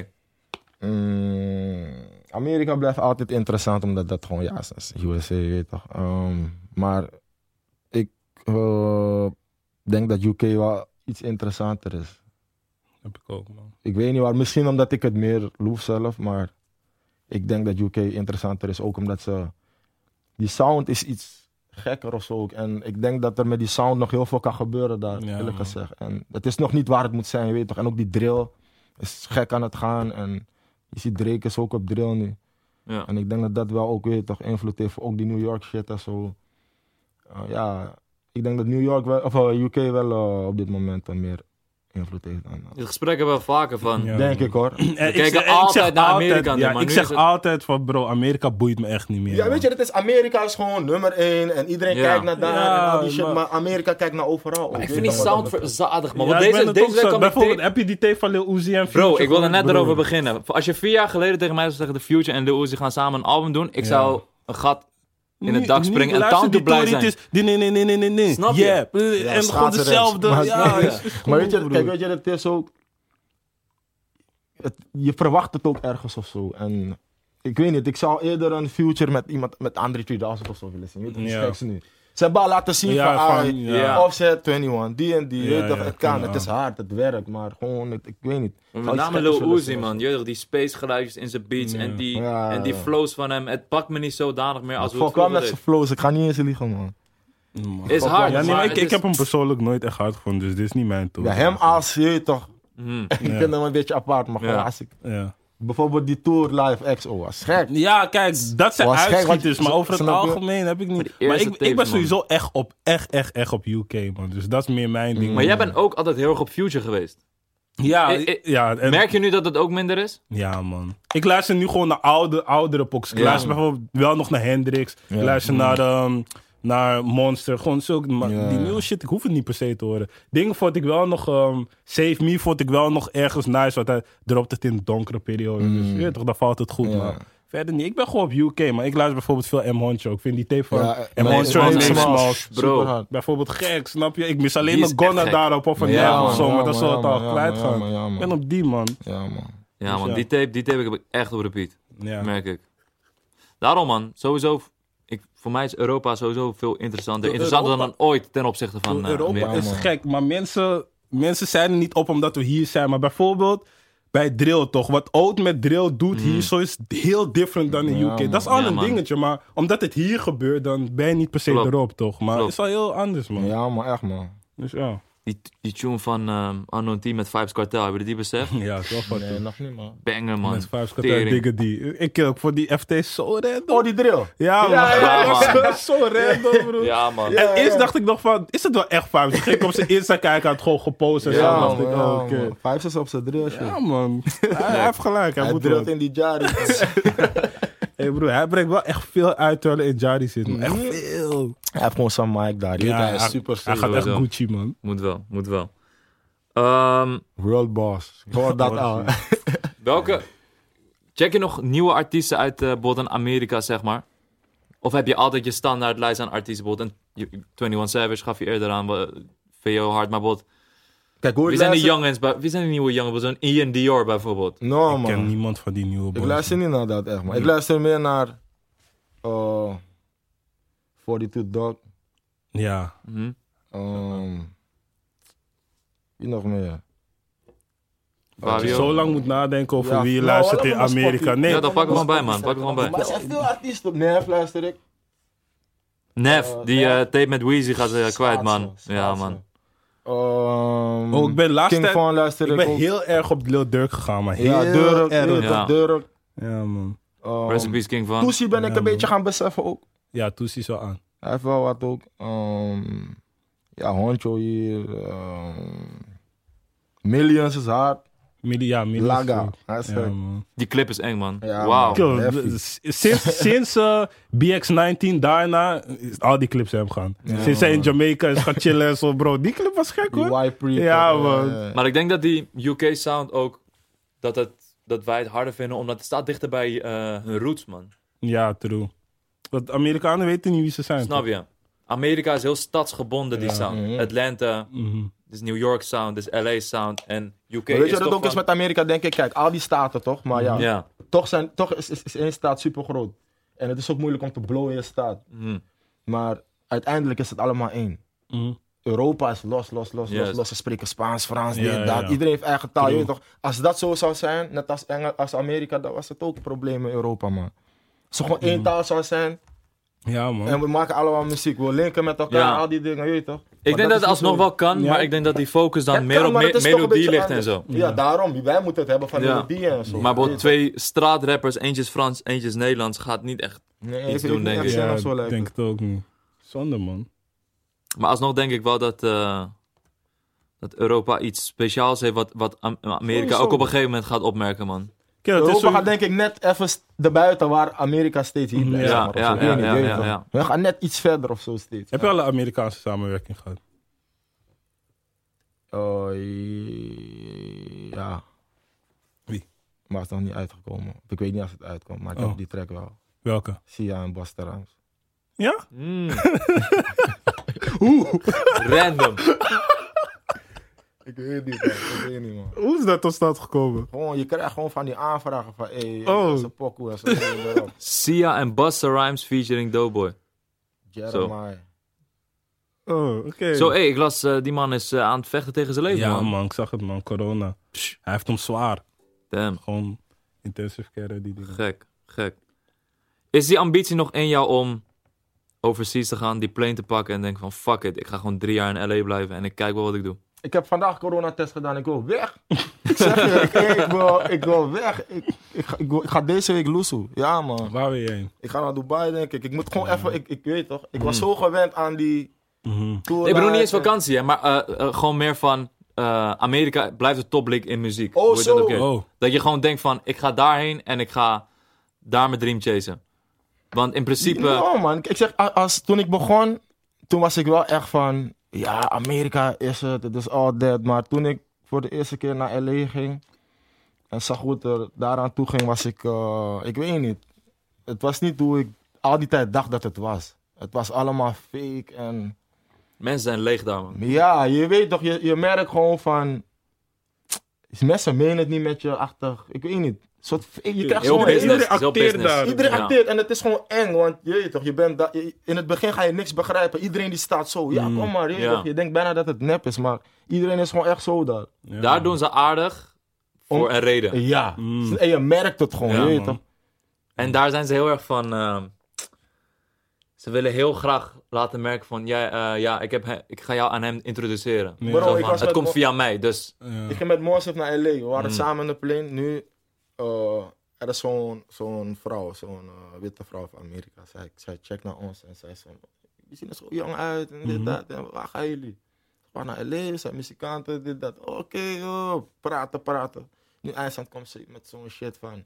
Mm, Amerika blijft altijd interessant, omdat dat gewoon, ja, is U S A, je weet toch. Um, maar ik uh, denk dat U K wel iets interessanter is. Heb ik ook, man. Ik weet niet waar, misschien omdat ik het meer loef zelf, maar ik denk dat U K interessanter is, ook omdat ze... Die sound is iets gekker of zo. En ik denk dat er met die sound nog heel veel kan gebeuren daar, ja, eerlijk gezegd. En het is nog niet waar het moet zijn, je weet toch. En ook die drill is gek aan het gaan en je ziet Drake is ook op drill nu. Ja. En ik denk dat dat wel ook weer toch invloed heeft, ook die New York shit en zo. Uh, ja, ik denk dat New York wel, of uh, U K wel uh, op dit moment uh, meer invloed heeft. Dan, Het gesprek hebben we vaker van. Ja. denk ik hoor. En We ik kijken zeg- ik altijd zeg naar altijd- Amerika nu, Ja, maar ik nu zeg is het- altijd van bro, Amerika boeit me echt niet meer. Ja, man. weet je, het is Amerika is gewoon nummer één en iedereen Ja. kijkt naar daar Ja, en al die shit, maar- maar Amerika kijkt naar overal. Maar ik Weet vind je die wat sound dat- verzadigd, man. Ja, Want ik deze, ben het deze ook week zo. kwam die Bijvoorbeeld, tape- heb je die tape van Lil Uzi en Future? Bro, ik wil er net Bro. erover beginnen. Als je vier jaar geleden tegen mij zou zeggen... The Future en Lil Uzi gaan samen een album doen... Ik Ja. zou een gat in het Niet- dak niet- springen en luister, Town die to blij Tory, zijn. het is die nee, nee, nee, nee, nee, nee. Snap je? Yeah. Ja, En gewoon schaatsenrechts. dezelfde. Maar- Ja, Ja. is- is Maar goed, weet je, broer. kijk, weet je, het is ook... Het, je verwacht het ook ergens of zo. En ik weet niet, ik zou eerder een Future met iemand, met Andre driehonderd of zo willen zien. Weet je, Ja. ja. ze nu. Ze hebben al laten zien Ja, van, van, ah, ja. Offset, eenentwintig, die en die. Ja, weet je toch, ja, het kan, kan, het is ja. hard, het werkt, maar gewoon, het- ik weet niet. Maar Zou met iets name gekkers Lil willen Uzi, zien. man. Je weet toch, die space geluidjes in zijn beats Ja. en, die, Ja, en die ja. flows van hem. Het pakt me niet zodanig meer als hoe het Fuck wel vroeger met deed. zijn flows, ik ga niet eens liegen, man. Man. Is hard, Ja, nee, maar maar ik, het ik is- heb hem persoonlijk nooit echt hard gevonden, dus dit is niet mijn tour. Ja, hem als, je weet toch, Mhm. ik vind hem een beetje apart, maar gewoon Ja. als ik... Ja. Bijvoorbeeld die tour live X O was gek. Ja, kijk, dat zijn Was gek, uitschieters, want- maar over het snap je? algemeen heb ik Maar niet. die Maar eerste ik, ik ben tapes, sowieso echt op, echt, echt, echt op U K, man. Dus dat is meer mijn ding. Maar jij bent ook altijd heel erg op Future geweest. Ja, Ik- ik- ja, en- Merk je nu dat het ook minder is? ja, man. Ik luister nu gewoon naar oude, oudere poks. Ik Ja. luister bijvoorbeeld wel nog naar Hendrix. Ik Ja. luister naar, ehm, naar Monster. Gewoon zulke. Maar Ja. die nieuwe shit, ik hoef het niet per se te horen. Dingen vond ik wel nog... ehm, Save Me vond ik wel nog ergens nice. Want hij dropt het in de donkere periode. Dus je weet toch, dan valt het goed. Ja. Maar verder niet. Ik ben gewoon op U K, maar ik luister bijvoorbeeld veel M. Honcho. Ik vind die tape van Ja, M. nee, Honcho nee, en nee, Name Smalls. Smalls. Bro. Superhard. Bijvoorbeeld gek, snap je? Ik mis alleen Die is nog Gonna echt gek. daarop of een Ja, ja, man, of zo. ja, Maar dat is man, wel ja, al man, kwijt ja, gaan. man, ja, man. Ik ben op die, man. Ja, man. Ja, Dus man. ja. Die tape, die tape heb ik echt op repeat. Ja. Merk ik. Daarom, man. Sowieso... Ik, voor mij is Europa sowieso veel interessanter. Interessanter Europa- dan ooit ten opzichte van eh, Europa Amerika. Ja, is man. gek, maar mensen, mensen zijn er niet op omdat we hier zijn. Maar bijvoorbeeld bij drill toch. Wat Oud met drill doet hier zo is heel different dan in Ja, U K. man. Dat is al Ja, een man. dingetje, maar omdat het hier gebeurt, dan ben je niet per se Klopt. erop toch. Maar Klopt. het is al heel anders, man. Ja, man, echt, man. Dus ja. Die, die tune van um, Unknown Team met Vibes Cartel, hebben jullie die beseft? Ja, het is wel van Nee, nog niet, man. Banger, man. Met vijf Tering. schatten diggen die. Ik uh, voor die F T zo random. Oh, die drill. Ja, man. Ja, ja, ja, Dat is zo random, bro. Ja, man. Ja. En eerst dacht ik nog van, is het wel echt vijf? Dus ik ging op zijn Insta kijken, hij had gewoon gepost en zo. Ja, dacht man. ik, Ja, oh, oké. man. Vijf, zes op zijn drill, shit. Ja, man. Hij, hij heeft gelijk. Hij, Hij moet drillt wat. in die Jari. Hey broer, hij brengt wel echt veel uit terwijl hij in Jari zit. Man. Echt veel. Hij heeft gewoon zijn mic daar. Ja, hij is super hij safe. gaat echt sowieso. Gucci, man. Moet wel, moet wel. Ehm, World boss. Hoor dat aan. welke... Check je nog nieuwe artiesten uit uh, bijvoorbeeld Amerika, zeg maar? Of heb je altijd je standaard lijst aan artiesten? Bijvoorbeeld een eenentwintig Savage gaf je eerder aan. uh, V O Hard, maar bijvoorbeeld... Kijk, hoor, Wie zijn de youngins? bij- Wie zijn de nieuwe jongens? Zo'n Ian Dior bijvoorbeeld. No, Ik ken man. niemand van die nieuwe Ik boys. luister niet naar dat echt, man. Ik luister meer naar... Uh, forty-two Dog. Ja. Mhm. Um, wie nog meer? Als je Fabio. zo lang moet nadenken over Ja, wie je nou, luistert in allemaal Amerika. Spotify. Nee, Ja, dan pak ik gewoon bij, man. Pak ik gewoon bij. Maar er zijn veel artiesten op Neef, luister ik. Nef, Uh, die Nef. uh, tape met Weezy gaat uh, kwijt, man. Schaatsen, Ja, schaatsen. man. Um, Oh, ik ben laatst King tijd- Von luister ik ik ben ook. heel erg op Lil Durk gegaan, maar heel Ja, Durk, erg. ja. Ja. Durk. Ja, man. Um, Rest in peace, King Van. Toesie ben ik Ja, een man. beetje gaan beseffen ook. Ja, Toesie zo aan. Hij heeft wel wat ook. Um, ja, Honcho hier. Um, Millions is hard. Midi, ja, Midi. Laga. Hij is Ja, gek. man. Die clip is eng, man. Ja, Wauw. man. Kill, Heavy. s- sinds sinds uh, B X negentien daarna, is al die clips hem gaan. Ja, sinds hij in man. Jamaica is gaan chillen en zo, bro. Die clip was gek, Die hoor. Y Pre. Ja, man. Maar ik denk dat die U K sound ook... Dat, het, dat wij het harder vinden, omdat het staat dichter bij uh, hun roots, man. Ja, true. Want Amerikanen weten niet wie ze zijn. Snap je? Amerika is heel stadsgebonden, die Ja. sound. Mhm. Atlanta, toch? Mhm. dit is New York sound, dit is L A sound. En U K Maar weet is je wat het toch ook is van- met Amerika, denk ik? Kijk, al die staten toch? Maar ja, Ja. toch, zijn, toch is, is, is één staat super groot. En het is ook moeilijk om te blowen in je staat. Mhm. Maar uiteindelijk is het allemaal één. Mhm. Europa is los, los, los, Juist. los, los. Ze spreken Spaans, Frans, Ja, dit, ja, dat. ja. Iedereen heeft eigen taal. Je True. weet toch? Als dat zo zou zijn, net als, Engel, als Amerika, dan was het ook een probleem in Europa, man. Als er gewoon één taal zou zijn Ja, man. en we maken allemaal muziek. We linken met elkaar, Ja. al die dingen, je weet toch? Ik denk dat het is alsnog niet zo. wel kan, Ja. maar ik denk dat die focus dan Het meer kan, op maar me- het is toch een melodie beetje ligt en anders. zo. Ja, daarom. Wij moeten het hebben van Ja. melodieën en zo. Maar je bijvoorbeeld weet twee straatrappers, eentje is Frans, eentje is Nederlands, gaat niet echt. toch? Nee, iets ik doen, denk ik. Ja, Ja, zo ik lijkt denk het. het ook niet. Zonde, man. Maar alsnog denk ik wel dat, eh, dat dat Europa iets speciaals heeft wat, wat Amerika Sowieso. ook op een gegeven moment gaat opmerken, man. Kijk, het is Europa zo... gaat denk ik net even erbuiten waar Amerika steeds hier blijft. Ja, maar, of ja, zo. Ik ja, weet niet, ja, weet je ja, toch. ja. We gaan net iets verder of zo steeds. Heb je al een Amerikaanse samenwerking gehad? Oh, ja. Wie? Maar het is nog niet uitgekomen. Of ik weet niet als het uitkomt, maar ik Oh. heb die track wel. Welke? Sia en Busta Rhymes. Ja? Mm. Random. Ik weet niet, man. Ik weet niet, man. Hoe is dat tot stand gekomen? Gewoon, je krijgt gewoon van die aanvragen van, hé, hey, Oh. dat is een pokoe en zo. erop. Sia en Busta Rhymes featuring Doughboy. Jeremiah. Oh, oké. Zo, hé, ik las, uh, die man is uh, aan het vechten tegen zijn leven, Ja, man. man, ik zag het, man. Corona. Psh, Hij heeft hem zwaar. damn, Gewoon intensive care, die dingen. gek, gek. Is die ambitie nog in jou om overseas te gaan, die plane te pakken en denken van, fuck it, ik ga gewoon drie jaar in L A blijven en ik kijk wel wat ik doe? Ik heb vandaag coronatest gedaan, ik wil weg. Ik zeg je, ik, ik, wil, ik wil weg. Ik, ik, ga, ik, wil- ik ga deze week loesoe. Ja, man. Waar wil je heen? Ik ga naar Dubai, denk ik. Ik moet gewoon even, ik, ik weet toch, ik was zo gewend aan die Mhm. tour. Ik bedoel niet eens life en- vakantie, hè, maar uh, uh, gewoon meer van, uh, Amerika blijft de topleague in muziek. Oh, Hoe je dat zo. ook heet. Oh. Dat je gewoon denkt van, ik ga daarheen en ik ga daar mijn dream chasen. Want in principe... Ja, man. Ik zeg, a- als, toen ik begon, toen was ik wel echt van, ja, Amerika is het, het is all that. Maar toen ik voor de eerste keer naar L A ging en zag hoe het er daaraan toe ging, was ik, uh, ik weet niet. Het was niet hoe ik al die tijd dacht dat het was. Het was allemaal fake en Mensen zijn leeg daar, man. ja, je weet toch, je, je merkt gewoon van, mensen menen het niet met je achter, ik weet niet. Een soort, je krijgt Heel zo'n business. hele- Iedereen is heel acteert business. daar. Iedereen Ja. acteert en het is gewoon eng, want je weet toch, je bent da- je- in het begin ga je niks begrijpen. Iedereen die staat zo, ja kom maar, je, weet Ja. toch, je denkt bijna dat het nep is, maar iedereen is gewoon echt zo daar. Ja. Daar doen ze aardig voor Om- een reden. Ja, Mm. en je merkt het gewoon, Ja, je weet man. toch. En daar zijn ze heel erg van... uh, ze willen heel graag laten merken van... Ja, uh, ja ik, heb he- ik ga jou aan hem introduceren. Ja. Bro, Zo ik van, was het met komt Mo- via mij, dus... Ja. Ik ging met Mosef naar L A, we waren Mm. samen in de plane. Nu, uh, er is zo'n zo'n vrouw, zo'n uh, witte vrouw van Amerika. Zij, zij checkt naar ons en zij zo, die zien er zo jong uit en dit, Mhm. dat. En waar gaan jullie? We gaan naar L A, zijn muzikanten, dit, dat. Oké, okay, oh, praten, praten. Nu eindstand komt ze met zo'n shit van...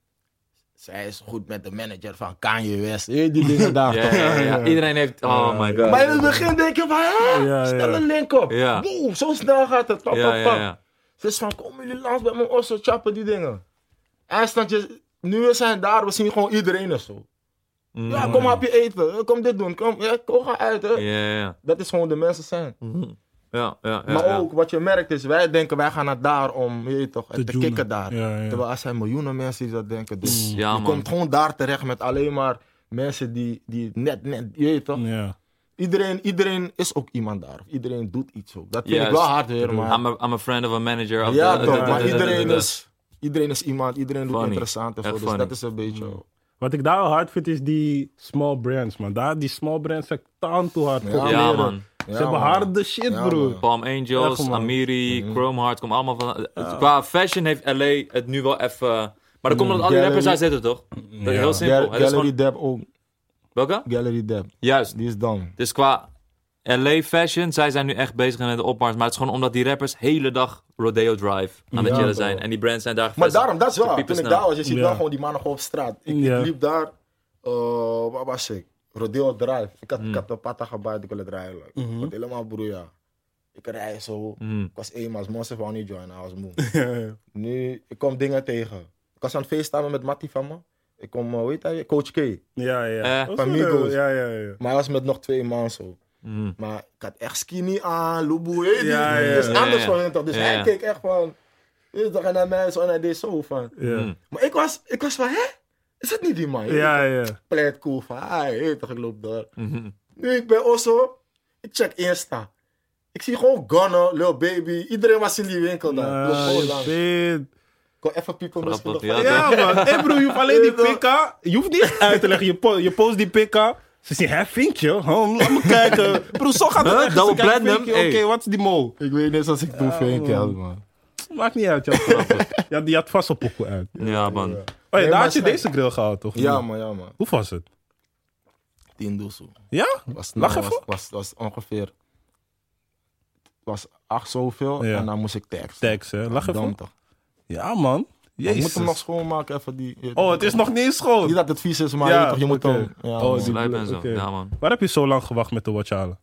Zij is goed met de manager van Kanye West. Hey, die dingen daar. Ja, toch? ja, ja. Iedereen heeft... Oh my god. Maar in het begin denk je van, hè? Ja, Stel ja. een link op. Ja. Boom, zo snel gaat het. Pap, Ja, pap, ja, pap. ja. Ze is van, komen jullie langs bij mijn osso, chappen die dingen. Eindstandje, nu we zijn daar, we zien gewoon iedereen er zo. Mm. Ja, kom hapje eten, kom dit doen, kom, ja, kom gaan uit. Hè. Ja, ja, ja. Dat is gewoon de mensen zijn. Mhm. Ja, ja, ja. maar ja. ook, wat je merkt is, wij denken, wij gaan naar daar om, je weet toch, te, joenen. kicken daar. Ja, ja. Terwijl er zijn miljoenen mensen die dat denken. Dus Ja, je man. komt gewoon daar terecht met alleen maar mensen die, die net, net, je weet toch. Ja. Iedereen, iedereen is ook iemand daar. Of iedereen doet iets ook. Dat vind Juist. ik wel hard weer, maar... I'm, a, I'm a friend of a manager. Of Ja, de- toch, de- de- maar de- de- iedereen de- de- is, iedereen is iemand, iedereen doet Funny. interessant en zo. Echt Dus funny. dat is een beetje... Wat ik daar wel hard vind, is die small brands, man. Daar, die small brands zijn taan toe hard. Ja, populeren. Ja, man. Ja, Ze hebben man. harde shit, Ja, broer. man. Palm Angels, Echt, man. Amiri, Mhm. Chrome Heart, komt allemaal van... Qua fashion heeft L A het nu wel even... Maar dat komt omdat al die Gallery. rappers daar zitten, toch? Dat is Ja. heel simpel. Gal- Het is Gallery gewoon... Deb ook. Welke? Gallery Deb. Juist. Die is dan. Dus qua L A fashion, zij zijn nu echt bezig in de opmars. Maar het is gewoon omdat die rappers hele dag Rodeo Drive aan het Ja, chillen bro. zijn. En die brands zijn daar Maar gevestigd. daarom, dat is Ze wel. piepen Toen ik snel. daar was, je ziet Ja. wel gewoon die mannen gewoon op straat. Ik, Ja. ik liep daar, uh, waar was ik? Rodeo Drive. Ik had, Mm. ik had een pata gebouwd, ik wilde rijden. like. Mhm. Ik word helemaal broeia. Ik rij zo. Mhm. Ik was eenmaal, Monster wou niet joinen, hij was moe. Ja, ja. Nu, ik kom dingen tegen. Ik was aan het feesten met Mattie van me. Ik kom, uh, hoe heet hij? Coach K. Ja, ja. Eh. Dat is Amigos. wel- Ja, ja, ja. Maar hij was met nog twee man zo. Mhm. Maar ik had echt skinny aan, Lubu, weet je. Ja, ja, Dat is ja, anders ja. van hem toch. Dus Ja, hij ja. keek echt van, weet je toch, en naar mij zo en hij deed zo van. Ja, Mhm. Maar ik was, ik was van, hè? Is dat niet die man? ja. ja. Pleit cool van, ah, je weet toch, ik loop door. Mhm. Nu ik ben Osso, ik check Insta. Ik zie gewoon Gunna, Lil Baby, iedereen was in die winkel daar. Loop gewoon Ah, langs. shit. Ik kon even piepen misschien nog Grappig, van, ja, Ja, man. Hé, bro, je hoeft alleen die pika. Je hoeft niet uit te leggen. Je, po je post die pika. Ze zeggen, hè, vinkje? Oh, laat me kijken. Bro, zo gaat het Huh? echt. Ze Double kijken, platinum? vinkje. Oké, Hey. wat is die mo? Ik weet niet als ik doe, Ja, vind ik, man. man. Maakt niet uit, je had, je had, je had vast een pokoe uit. Ja, man. Oh ja, Nee, daar maar had je zij- deze grill gehaald, toch? Ja, man, ja, man. Hoe was het? Tien doezel. Ja? Was, Lach nou, even. was, was, was ongeveer... Was acht zoveel. Ja. En dan moest ik tekst. Tekst, hè? Lach Dom even. toch. Ja, man. Je moet hem nog Jezus. schoonmaken, even die... Oh, het is nog niet eens schoon. Niet dat het vies is, maar Ja, je, toch, je moet oké. hem... Ja, Oh, man. die- Slijp en zo. Oké. Ja, man. Waar heb je zo lang gewacht met de watch halen?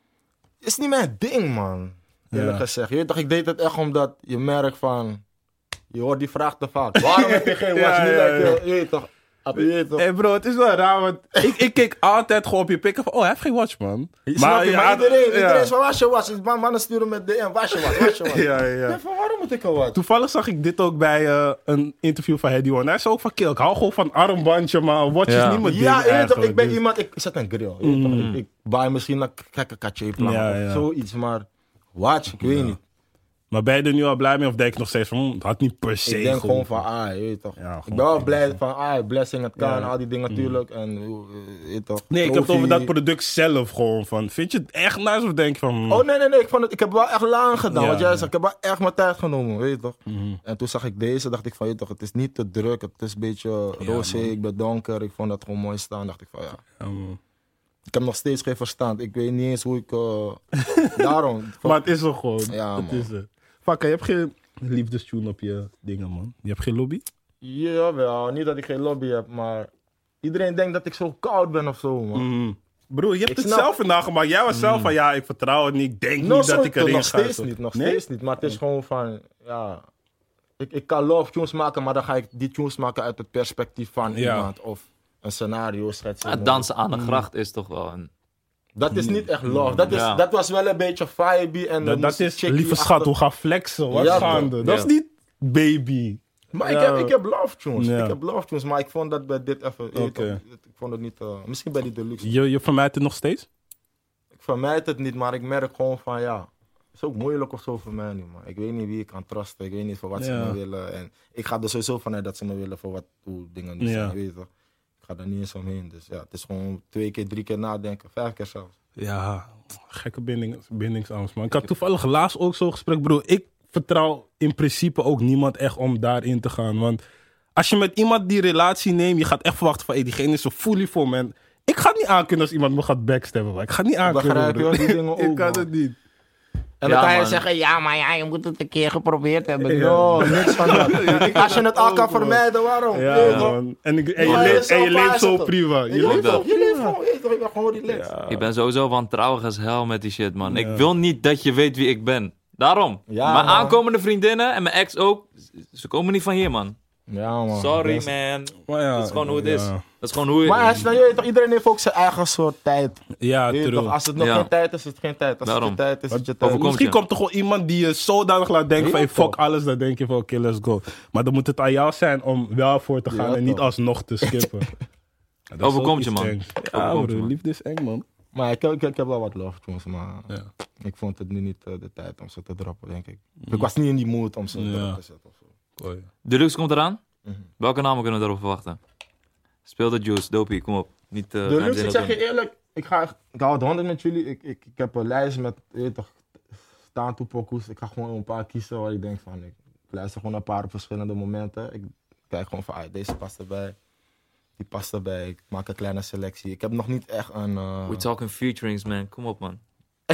is niet mijn ding, man. Eerlijk Ja. gezegd. Je weet toch, ik deed het echt omdat je merkt van... Je hoort die vraag te vaak. Waarom heb je geen watch? Ja, Niet ja, dat ja. je... Je weet toch... Je weet toch. Hé hey bro, het is wel raar, want ik, ik keek altijd gewoon op je pikken van, oh, hij heeft geen watch, man. Maar, je maar had- iedereen, ja. iedereen is van was je was. Man, mannen sturen met D M, was je was, was je was. Ja, ja, ja. Van, waarom moet ik een watch? Toevallig zag ik dit ook bij eh, een interview van Hedy One. Hij zei ook van, kill, ik hou gewoon van armbandje, maar watch Ja. is niet mijn Ja, ding je weet toch, eigenlijk. ik ben Dus- iemand, ik zet een grill. Je weet toch, ik, ik baai misschien een gekke katje Ja, ja. of zoiets, maar watch, ik weet niet. Maar ben je er nu al blij mee of denk je nog steeds van, hm, het had niet per se Ik denk gewoon gehoeven? van, ah, je weet toch. Ja, ik gewoon ben wel prima. blij van, ah, blessing, het kan, Ja. al die dingen natuurlijk. En, eh, je weet toch. Nee, ik heb het trofee. over dat product zelf gewoon van, vind je het echt nice of denk je van... hm, Oh nee, nee, nee, ik, vond het, ik heb wel echt lang gedaan. Ja, wat jij ja. zegt, ik heb wel echt mijn tijd genomen, weet je toch. mhm. En toen zag ik deze, dacht ik van, je toch, het is niet te druk, het is een beetje roze, man. ik ben donker, ik vond dat gewoon mooi staan. Dacht ik van, ja, Ja, man. ik heb nog steeds geen verstand, ik weet niet eens hoe ik, eh, daarom. Maar het is er gewoon. Ja, het man. is er. Fakka, je hebt geen liefdestune op je dingen, man. Je hebt geen lobby? Jawel, niet dat ik geen lobby heb, maar iedereen denkt dat ik zo koud ben of zo, man. Mm. Broer, je hebt Ik het snap- zelf vandaag gemaakt. Jij was zelf van, ja, ik vertrouw het niet. Ik denk No, niet dat zo- ik erin nog ga. steeds Zo. niet, nog Nee? steeds niet, maar het is gewoon van, ja... Ik, ik kan love tunes maken, maar dan ga ik die tunes maken uit het perspectief van Ja. iemand of een scenario schetsen. Ja, dansen aan de gracht is toch wel een... Dat is niet echt love. Dat, is, Ja. dat was wel een beetje vibey. En Dat, er dat moest is, chickie lieve achter- schat, we gaan flexen. Wat Ja, gaande? bro. Dat Ja. is niet baby. Maar ik, Ja. heb, ik heb love tunes. Ja. Ik heb love tunes, maar ik vond dat bij dit even... je weet Oké. toch, Ik vond het niet... eh, misschien bij die deluxe. Je, je vermijdt het nog steeds? Ik vermijd het niet, maar ik merk gewoon van ja... Het is ook moeilijk of zo voor mij nu, man. Ik weet niet wie ik kan trusten. Ik weet niet voor wat ze Ja. me willen. En ik ga er sowieso vanuit dat ze me willen voor wat hoe dingen nu Ja. zijn. Weet je toch? Ik ga er niet eens omheen. Dus ja, het is gewoon twee keer, drie keer nadenken. Vijf keer zelfs. Ja, gekke binding, bindingsangst, man. Ik had toevallig laatst ook zo'n gesprek, broer. Ik vertrouw in principe ook niemand echt om daarin te gaan. Want als je met iemand die relatie neemt, je gaat echt verwachten van, hey, diegene is zo fully voor me. En ik ga het niet aankunnen als iemand me gaat backstabben. man. Ik ga het niet aankunnen. begrijp je broer. wel die dingen Ik ook, kan man. het niet. En Ja, dan kan je man. zeggen, ja, maar ja, je moet het een keer geprobeerd hebben. Ja. No, niks van dat. Als je het al kan vermijden, waarom? Ja, Weet je toch? man. En, ik, en je, Maar leeft, jezelf en je leeft zo aanzetten. prima. Je Je leeft leeft dat. toch, je leeft gewoon, weet je toch, ik ben gewoon relaxed. Ik ben sowieso wantrouwig als hel met die shit, man. Ja. Ik wil niet dat je weet wie ik ben. Daarom. Ja, mijn man. aankomende vriendinnen en mijn ex ook, ze komen niet van hier, man. Ja, man. Sorry, Dat is- man. Maar ja, Dat is gewoon hoe het ja. is. Dat is gewoon hoe Maar het hij is, nou, je weet toch, iedereen heeft ook zijn eigen soort tijd. Ja, Weet je true. toch, als het nog Ja. geen tijd is, is het geen tijd. Als Daarom. het je tijd is, is het je tijd. overkomt Misschien je. komt er gewoon iemand die je zodanig laat denken van, Ja, hey, fuck toch. alles, dan denk je van, oké, let's go. Maar dan moet het aan jou zijn om wel voor te gaan Ja, en niet toch. alsnog te skippen. Ja, dat is Overkomt ook je, iets man. engs. Ja, Overkomt je, bro, man. liefde is eng, man. Maar ik heb, ik, heb, ik heb wel wat love tunes, maar Ja. ik vond het nu niet eh, de tijd om ze te droppen, denk ik. Ik was niet in die mood om ze Ja. erop te zetten of zo. Oh, ja. Deluxe komt eraan. Mhm. Welke namen kunnen we daarop verwachten? Speel de Juice, Dopey, kom op. Niet, uh, De luxe, ik zeg je eerlijk, ik, ga, echt- ik hou het honderd met jullie. Ik, ik, ik heb een lijst met, je weet toch, staan toe pokoes. Ik ga gewoon een paar kiezen waar ik denk van, ik, ik luister gewoon een paar op verschillende momenten. Ik kijk gewoon van, ah, deze past erbij, die past erbij. Ik maak een kleine selectie. Ik heb nog niet echt een... eh, We talking featurings, man. Kom op, man.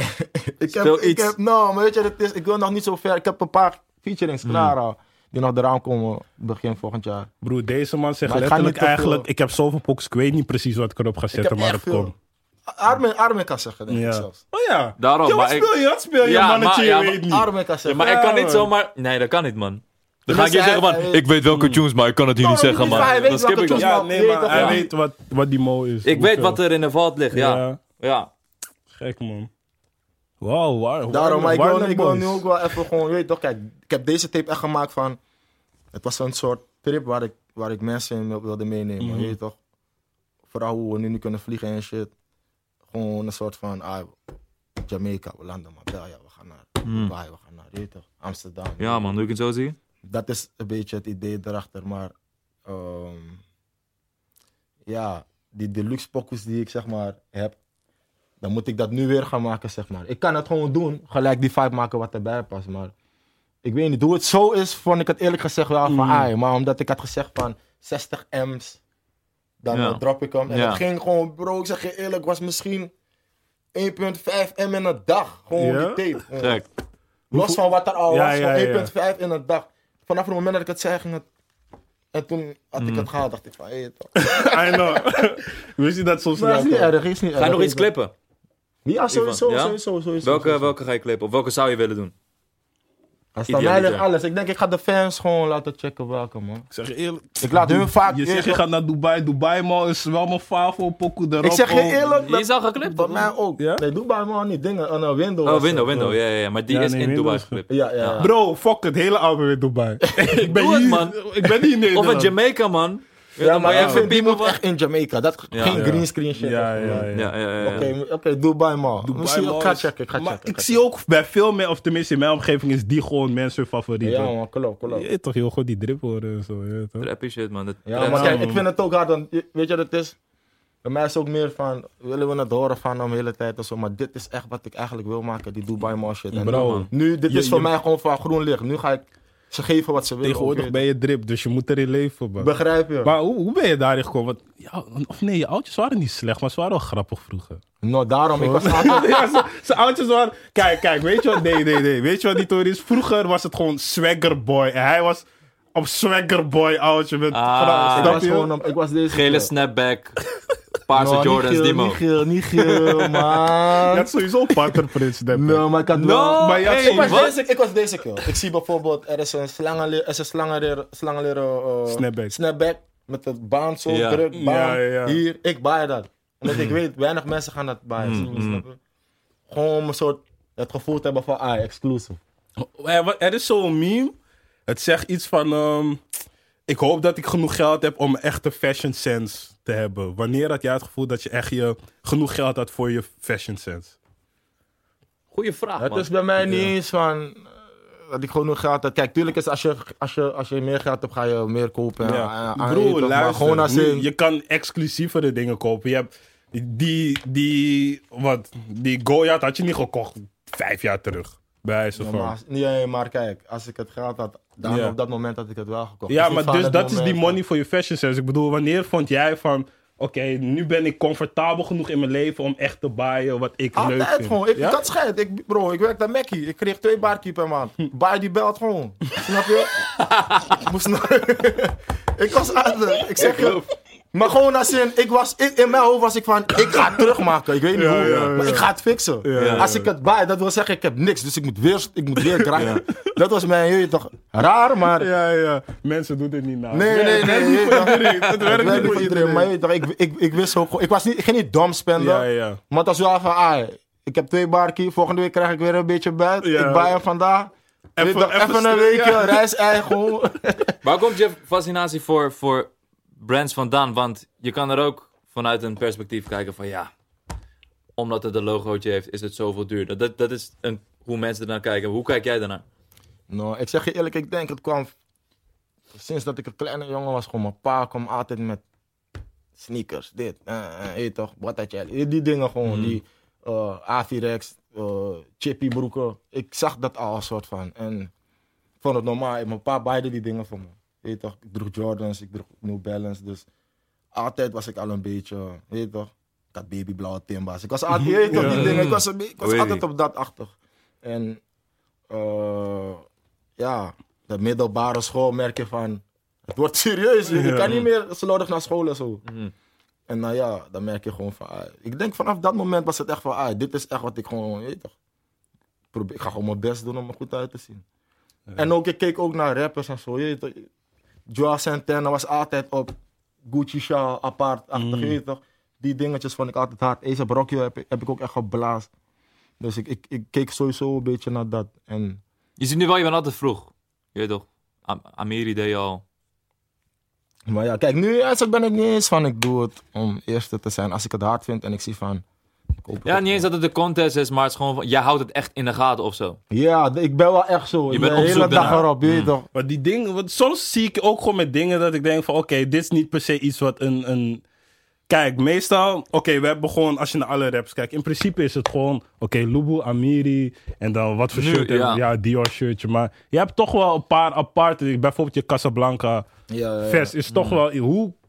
ik heb, speel ik iets. heb, nou, maar weet je, het is, ik wil nog niet zo ver. Ik heb een paar featurings klaar al, die nog eraan komen begin volgend jaar. Broer, deze man zegt Maar ik ga letterlijk niet te veel- eigenlijk, ik heb zoveel poks, ik weet niet precies wat ik erop ga zetten, heb maar echt het veel. komt. Armin, Armin kan zeggen, denk ik Ja. zelfs. Oh ja. Daarom, Yo, wat maar ik- speel je? Wat speel je, Ja, mannetje? maar- ja, je maar- weet niet. Armin kan Ja, zeggen. maar ik Ja, kan niet man. zomaar... Nee, dat kan niet, man. Dan ga ik je Dus zeggen hij- van, hij- ik weet welke tunes, maar ik kan het hier Nou, niet zeggen, niet man. waar, hij weet Dan skip welke ik dat. tunes, Ja, maar- nee, weet maar toch hij wel. weet wat, wat die mo is. Ik weet Hoeveel. wat er in de vault ligt, ja. Ja. Gek, man. Wauw, waar, Daarom, maar ik wil, Warner ik wil Boys. nu ook wel even gewoon, je weet toch, kijk, ik heb deze tape echt gemaakt van, het was een soort trip waar ik, waar ik mensen in wil- wilde meenemen, Mhm. je weet toch. Vooral hoe we nu, nu kunnen vliegen en shit. Gewoon een soort van, ah, Jamaica, we landen maar, ja, we gaan naar Dubai, we gaan naar, je weet toch, Amsterdam. Ja, man, doe ik het zo zie. Dat is een beetje het idee erachter, maar ehm, ja, die deluxe pokus die ik zeg maar heb, dan moet ik dat nu weer gaan maken, zeg maar. Ik kan het gewoon doen, gelijk die vibe maken wat erbij past, maar ik weet niet, hoe het zo is, vond ik het eerlijk gezegd wel van, Mm. ai, maar omdat ik had gezegd van zestig m's, dan Ja. eh, drop ik hem. En Ja. het ging gewoon, bro, ik zeg je eerlijk, was misschien één komma vijf m in een dag, gewoon Ja? die tape. Gewoon. Gek. Los van wat er al Ja, was, ja, van ja. één komma vijf in een dag. Vanaf het moment dat ik het zei, ging het... En toen had ik het gehaald, dacht ik van, hé, hey, toch. I know. Wist je dat zo snel Maar is niet kwam? erg, is niet erg. Ga je nog iets Is- clippen? Ja, sowieso, Ja? sowieso, sowieso. Welke, sowieso. welke ga je clippen? Of welke zou je willen doen? Als het aan mij ligt Idealiter. alles. Ik denk, ik ga de fans gewoon laten checken welke, man. Ik zeg je eerlijk. Ik laat hun vaak... Je zegt je gaat naar Dubai. Dubai, man, is wel mijn favo, pokoe erop. Ik zeg je ook. eerlijk... Die is al geklipt, Bij toch? mij ook. Ja? Nee, Dubai man niet. Dingen, een window. Oh, was Window, het. Window. Ja, ja, ja. Maar die Ja, is nee, in Window Dubai is- geklipt. Ja, ja, ja. Bro, fuck het hele album in Dubai. ik ben Doe het, hier, man. Ik ben hier in Of Nederland. in Jamaica, man. Ja, maar jij ik vind die people moet echt in Jamaica. Dat Ja. geen Ja. greenscreen shit. Ja, ja, ja. Ja, ja, ja. ja. Oké, oké, Dubai man. Dubai, Misschien, man, ik ga is- checken, ik ga maar checken. ik ga zie ook bij veel mensen, of tenminste in mijn omgeving, is die gewoon mensen favoriet. checken. Ja hoor. man, klopt, klopt. Je weet toch heel goed die drip horen en zo. Ja, toch? Trappy shit, man. Dat Ja, trap- maar kijk, man. ik vind het ook hard, want je- weet je wat het is? Bij mij is het ook meer van, willen we het horen van hem de hele tijd of zo, maar dit is echt wat ik eigenlijk wil maken, die Dubai man shit. En Bro, nu, dit je- is voor je- mij gewoon van groen licht. Nu ga ik ze geven wat ze willen. Tegenwoordig oké? ben je drip, dus je moet erin leven. Man. Begrijp je? Maar hoe, hoe ben je daarin gekomen? Want, ja, of nee, je oudjes waren niet slecht, maar ze waren wel grappig vroeger. Nou, daarom, ik was altijd... ja, ze- zijn oudjes waren... Kijk, kijk, weet je wat? Nee, nee, nee. Weet je wat die tory is? Vroeger was het gewoon Swagger Boy. En hij was op Swagger Boy oudje met... Ah. Ik Snap was je? gewoon, op- ik was deze... Gele snapback. Paarse Nou, Jordans, niet die geel, man. niet geel, niet geel, Je man. had sowieso Patterprins. Nee, maar ik had No, wel... maar je had hey, zo'n- Ik was, wat? deze, ik was deze keer. Ik zie bijvoorbeeld, er is een slangenleer, er is een slangenleer, slangenleren, uh, Snapback. snapback met het baan zo Ja. druk, baan, Ja, ja, ja. hier. Ik buy dat. Omdat ik weet, weinig mensen gaan dat buyen. zie je, snap je? Gewoon om een soort, het gevoel te hebben van, ah, exclusive. Er wa- er is zo'n meme. Het zegt iets van... ehm, ik hoop dat ik genoeg geld heb om een echte fashion sense te hebben. Wanneer had jij het gevoel dat je echt je, genoeg geld had voor je fashion sense? Goeie vraag, Het man. is bij mij niet eens van, eh, dat ik gewoon nog geld heb. Kijk, tuurlijk is als je, als je, als je meer geld hebt, ga je meer kopen. en- Ja. en- en- Broer, toch, maar luister. gewoon als nu, in, je kan exclusievere dingen kopen. Je hebt die, die, wat, die Goliath had je niet gekocht vijf jaar terug. Bij wijze Ja, van. maar, nee, maar kijk, als ik het geld had, dan Ja. op dat moment had ik het wel gekocht. Ja, Het is maar niet van dus het dat is die moment. money voor je fashion sense. Ik bedoel, wanneer vond jij van... Oké, nu ben ik comfortabel genoeg in mijn leven om echt te buyen wat ik leuk Altijd vind. gewoon. Ik, Ja? Dat schijnt. Ik, bro, ik werk bij Mackie. Ik kreeg twee barkie per maand. Buy die belt gewoon. Snap je? ik moest nog... ik was altijd... Ik zeg je... Maar gewoon als in... Ik was, ik, in mijn hoofd was ik van... Ik ga het terugmaken. Ik weet niet Ja, hoe. ja, Maar ja. ik ga het fixen. Ja. Als ik het buy, dat wil zeggen ik heb niks. Dus ik moet weer, ik moet weer grinden. Dat was mijn... Je weet toch... Raar, maar... Ja, ja. Mensen doen dit niet na. Nee, nee, nee. Het werkt je niet weet voor toch- iedereen. Het Het werkt niet voor iedereen. Maar je weet toch, ik, ik, ik wist ook gewoon... Ik, was niet, ik ging niet dom spenden. Ja, ja. Maar het was wel van, ah, ik heb twee barkie, volgende week krijg ik weer een beetje bed. Ja. Ik buy hem vandaag. Even- Weet toch, even even een stre- weekje, ja. reis ei gewoon. Waar komt je fascinatie voor, voor brands vandaan? Want je kan er ook vanuit een perspectief kijken van ja, omdat het een logootje heeft, is het zoveel duurder. Dat, dat is een, hoe mensen ernaar kijken. Hoe kijk jij daarnaar? Nou, ik zeg je eerlijk, ik denk het kwam sinds dat ik een kleine jongen was. Gewoon mijn pa kwam altijd met sneakers, dit, eh, eh, weet je toch, Botticelli. Die dingen gewoon, die uh, Avirex, uh, Chippy broeken. Ik zag dat al een soort van. En ik vond het normaal. Mijn pa beide die dingen voor me. Weet je toch, ik droeg Jordans, ik droeg New Balance, dus altijd was ik al een beetje, weet je toch. Ik had babyblauwe Timba's. Ik was altijd, weet je toch, die dingen. Ik was, een, be- ik was Oei. altijd op dat achtig. En uh, ja, de middelbare school merk je van, het wordt serieus. Je Ja. kan niet meer slordig naar school en zo. Mhm. En nou ja, dan merk je gewoon van, ah, ik denk vanaf dat moment was het echt van, ah, dit is echt wat ik gewoon, weet je toch. Probeer, ik ga gewoon mijn best doen om er goed uit te zien. En ook, ik keek ook naar rappers en zo, je weet toch. Joao Santana was altijd op Gucci sjaal, apart-achtig, Mm. je weet toch. Die dingetjes vond ik altijd hard. A$AP Rocky heb, ik- heb ik ook echt geblazen. Dus ik, ik, ik keek sowieso een beetje naar dat. En Je ziet nu wel, je bent altijd vroeg. Je weet toch, Am- Amiri deed je al. maar ja, kijk, nu eigenlijk ben ik niet eens van ik doe het om eerste te zijn. Als ik het hard vind en ik zie van... ik koop het Ja, ook niet eens dat het de contest is, maar het is gewoon van, jij houdt het echt in de gaten of zo. Ja, ik ben wel echt zo. Je Ik bent ben de op hele zoek dag daarnaar. erop, weet je toch. Maar die dingen, want soms zie ik ook gewoon met dingen dat ik denk van oké, dit is niet per se iets wat een... een... Kijk, meestal, oké, we hebben gewoon, als je naar alle raps kijkt, in principe is het gewoon, oké, Lubu, Amiri, en dan wat voor Nu, shirt, heb je? ja. ja, Dior shirtje, maar je hebt toch wel een paar aparte, bijvoorbeeld je Casablanca Ja, ja, ja. vest, is toch wel, hoe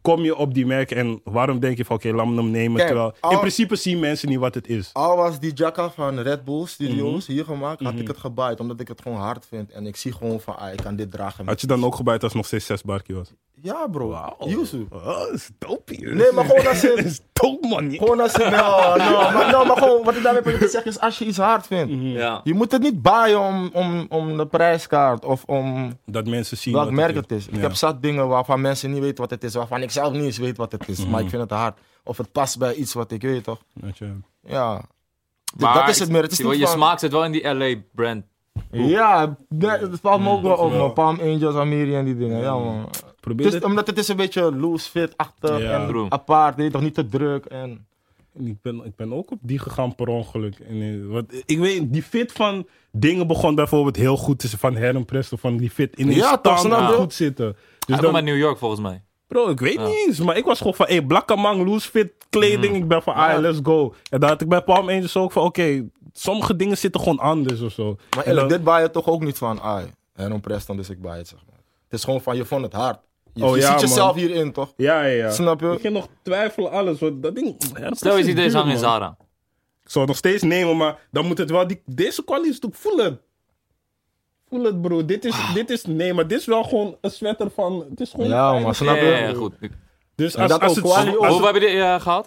kom je op die merken en waarom denk je van oké, okay, laat me hem nemen? Kijk, terwijl al, in principe zien mensen niet wat het is. Al was die jacka van Red Bull Studios Mm-hmm. hier gemaakt, had Mm-hmm. ik het gebaaid. Omdat ik het gewoon hard vind. En ik zie gewoon van, ah, ik kan dit dragen. Had je dan ook gebaaid als het nog steeds zes barkie was? Ja bro, Wauw. Yuzu. Oh, dat is dope hier. Nee, maar gewoon als Dat je... is dope man. Gewoon als je... No, no, maar, no, maar gewoon, wat ik daarmee probeer te zeggen is, als je iets hard vindt. Ja. Je moet het niet baaien om, om, om de prijskaart of om Dat mensen zien welk wat merk het is. Ik Ja. heb zat dingen waarvan mensen niet weten wat het is. Waarvan ik zelf niet eens weet wat het is. Mhm. Maar ik vind het hard. Of het past bij iets wat ik weet, toch? Weet je. Ja. D- Maar dat is het meer. Het is je, niet je van... smaak zit wel in die L A-brand. Ja, dat dat valt me ook wel op, ja. man. Palm Angels, Amiri en die dingen. Ja, man. Probeer Het is, dit. omdat het is een beetje loose fit-achtig Ja. en True. apart. Weet je, toch niet te druk. En... Ik ben, ik ben ook op die gegaan per ongeluk. En, eh, wat, ik weet, die fit van dingen begon bijvoorbeeld heel goed tussen van Herren Presto, van die fit in die Ja, toch, stand snap en je? goed zitten. Hij Dus komt uit dan, New York volgens mij. bro, ik weet niet eens, maar ik was gewoon van, hey, blakkamang, loose fit, kleding, ik ben van, ah, Ja. let's go. En daar had ik bij Palm Angels ook van, oké, sommige dingen zitten gewoon anders of zo. Maar En eerlijk, dan- dit baai je toch ook niet van, ai, Herron Preston, dus ik baai het, zeg maar. Het is gewoon van, je vond het hard. Je, Oh, je ja, ziet man. jezelf hierin, toch? Ja, ja, ja. Snap je? Ik ging nog twijfelen, alles. Want dat ding, Herren Stel je Presto ziet is deze duur, hangen in man. Zara. Ik zou het nog steeds nemen, maar dan moet het wel, die, deze kwaliteit is toch, voel het. Voel het, bro. Dit is, dit is, nee, maar dit is wel gewoon een sweater van, het is gewoon... Ja, fijn. maar snap Ja, je? ja, ja, goed. Dus En als, dat als ook het... quali- als Hoeveel het- heb je dit eh, gehad?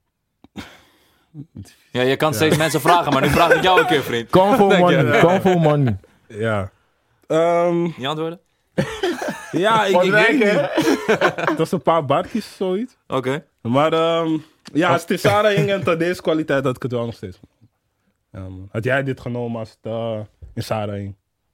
Ja, je kan steeds mensen vragen, maar nu vraag ik jou een keer, vriend. Comfort Dank je. money, comfort money. Ja. Ehm, Niet antwoorden? ja, ik, Wat ik weet lekker. niet. Dat was een paar barkjes, zoiets. Oké. Maar ehm, ja, als het in Zara hing en tot deze kwaliteit, had ik het wel nog steeds. Ja, man. Had jij dit genomen als het eh, in Zara hing?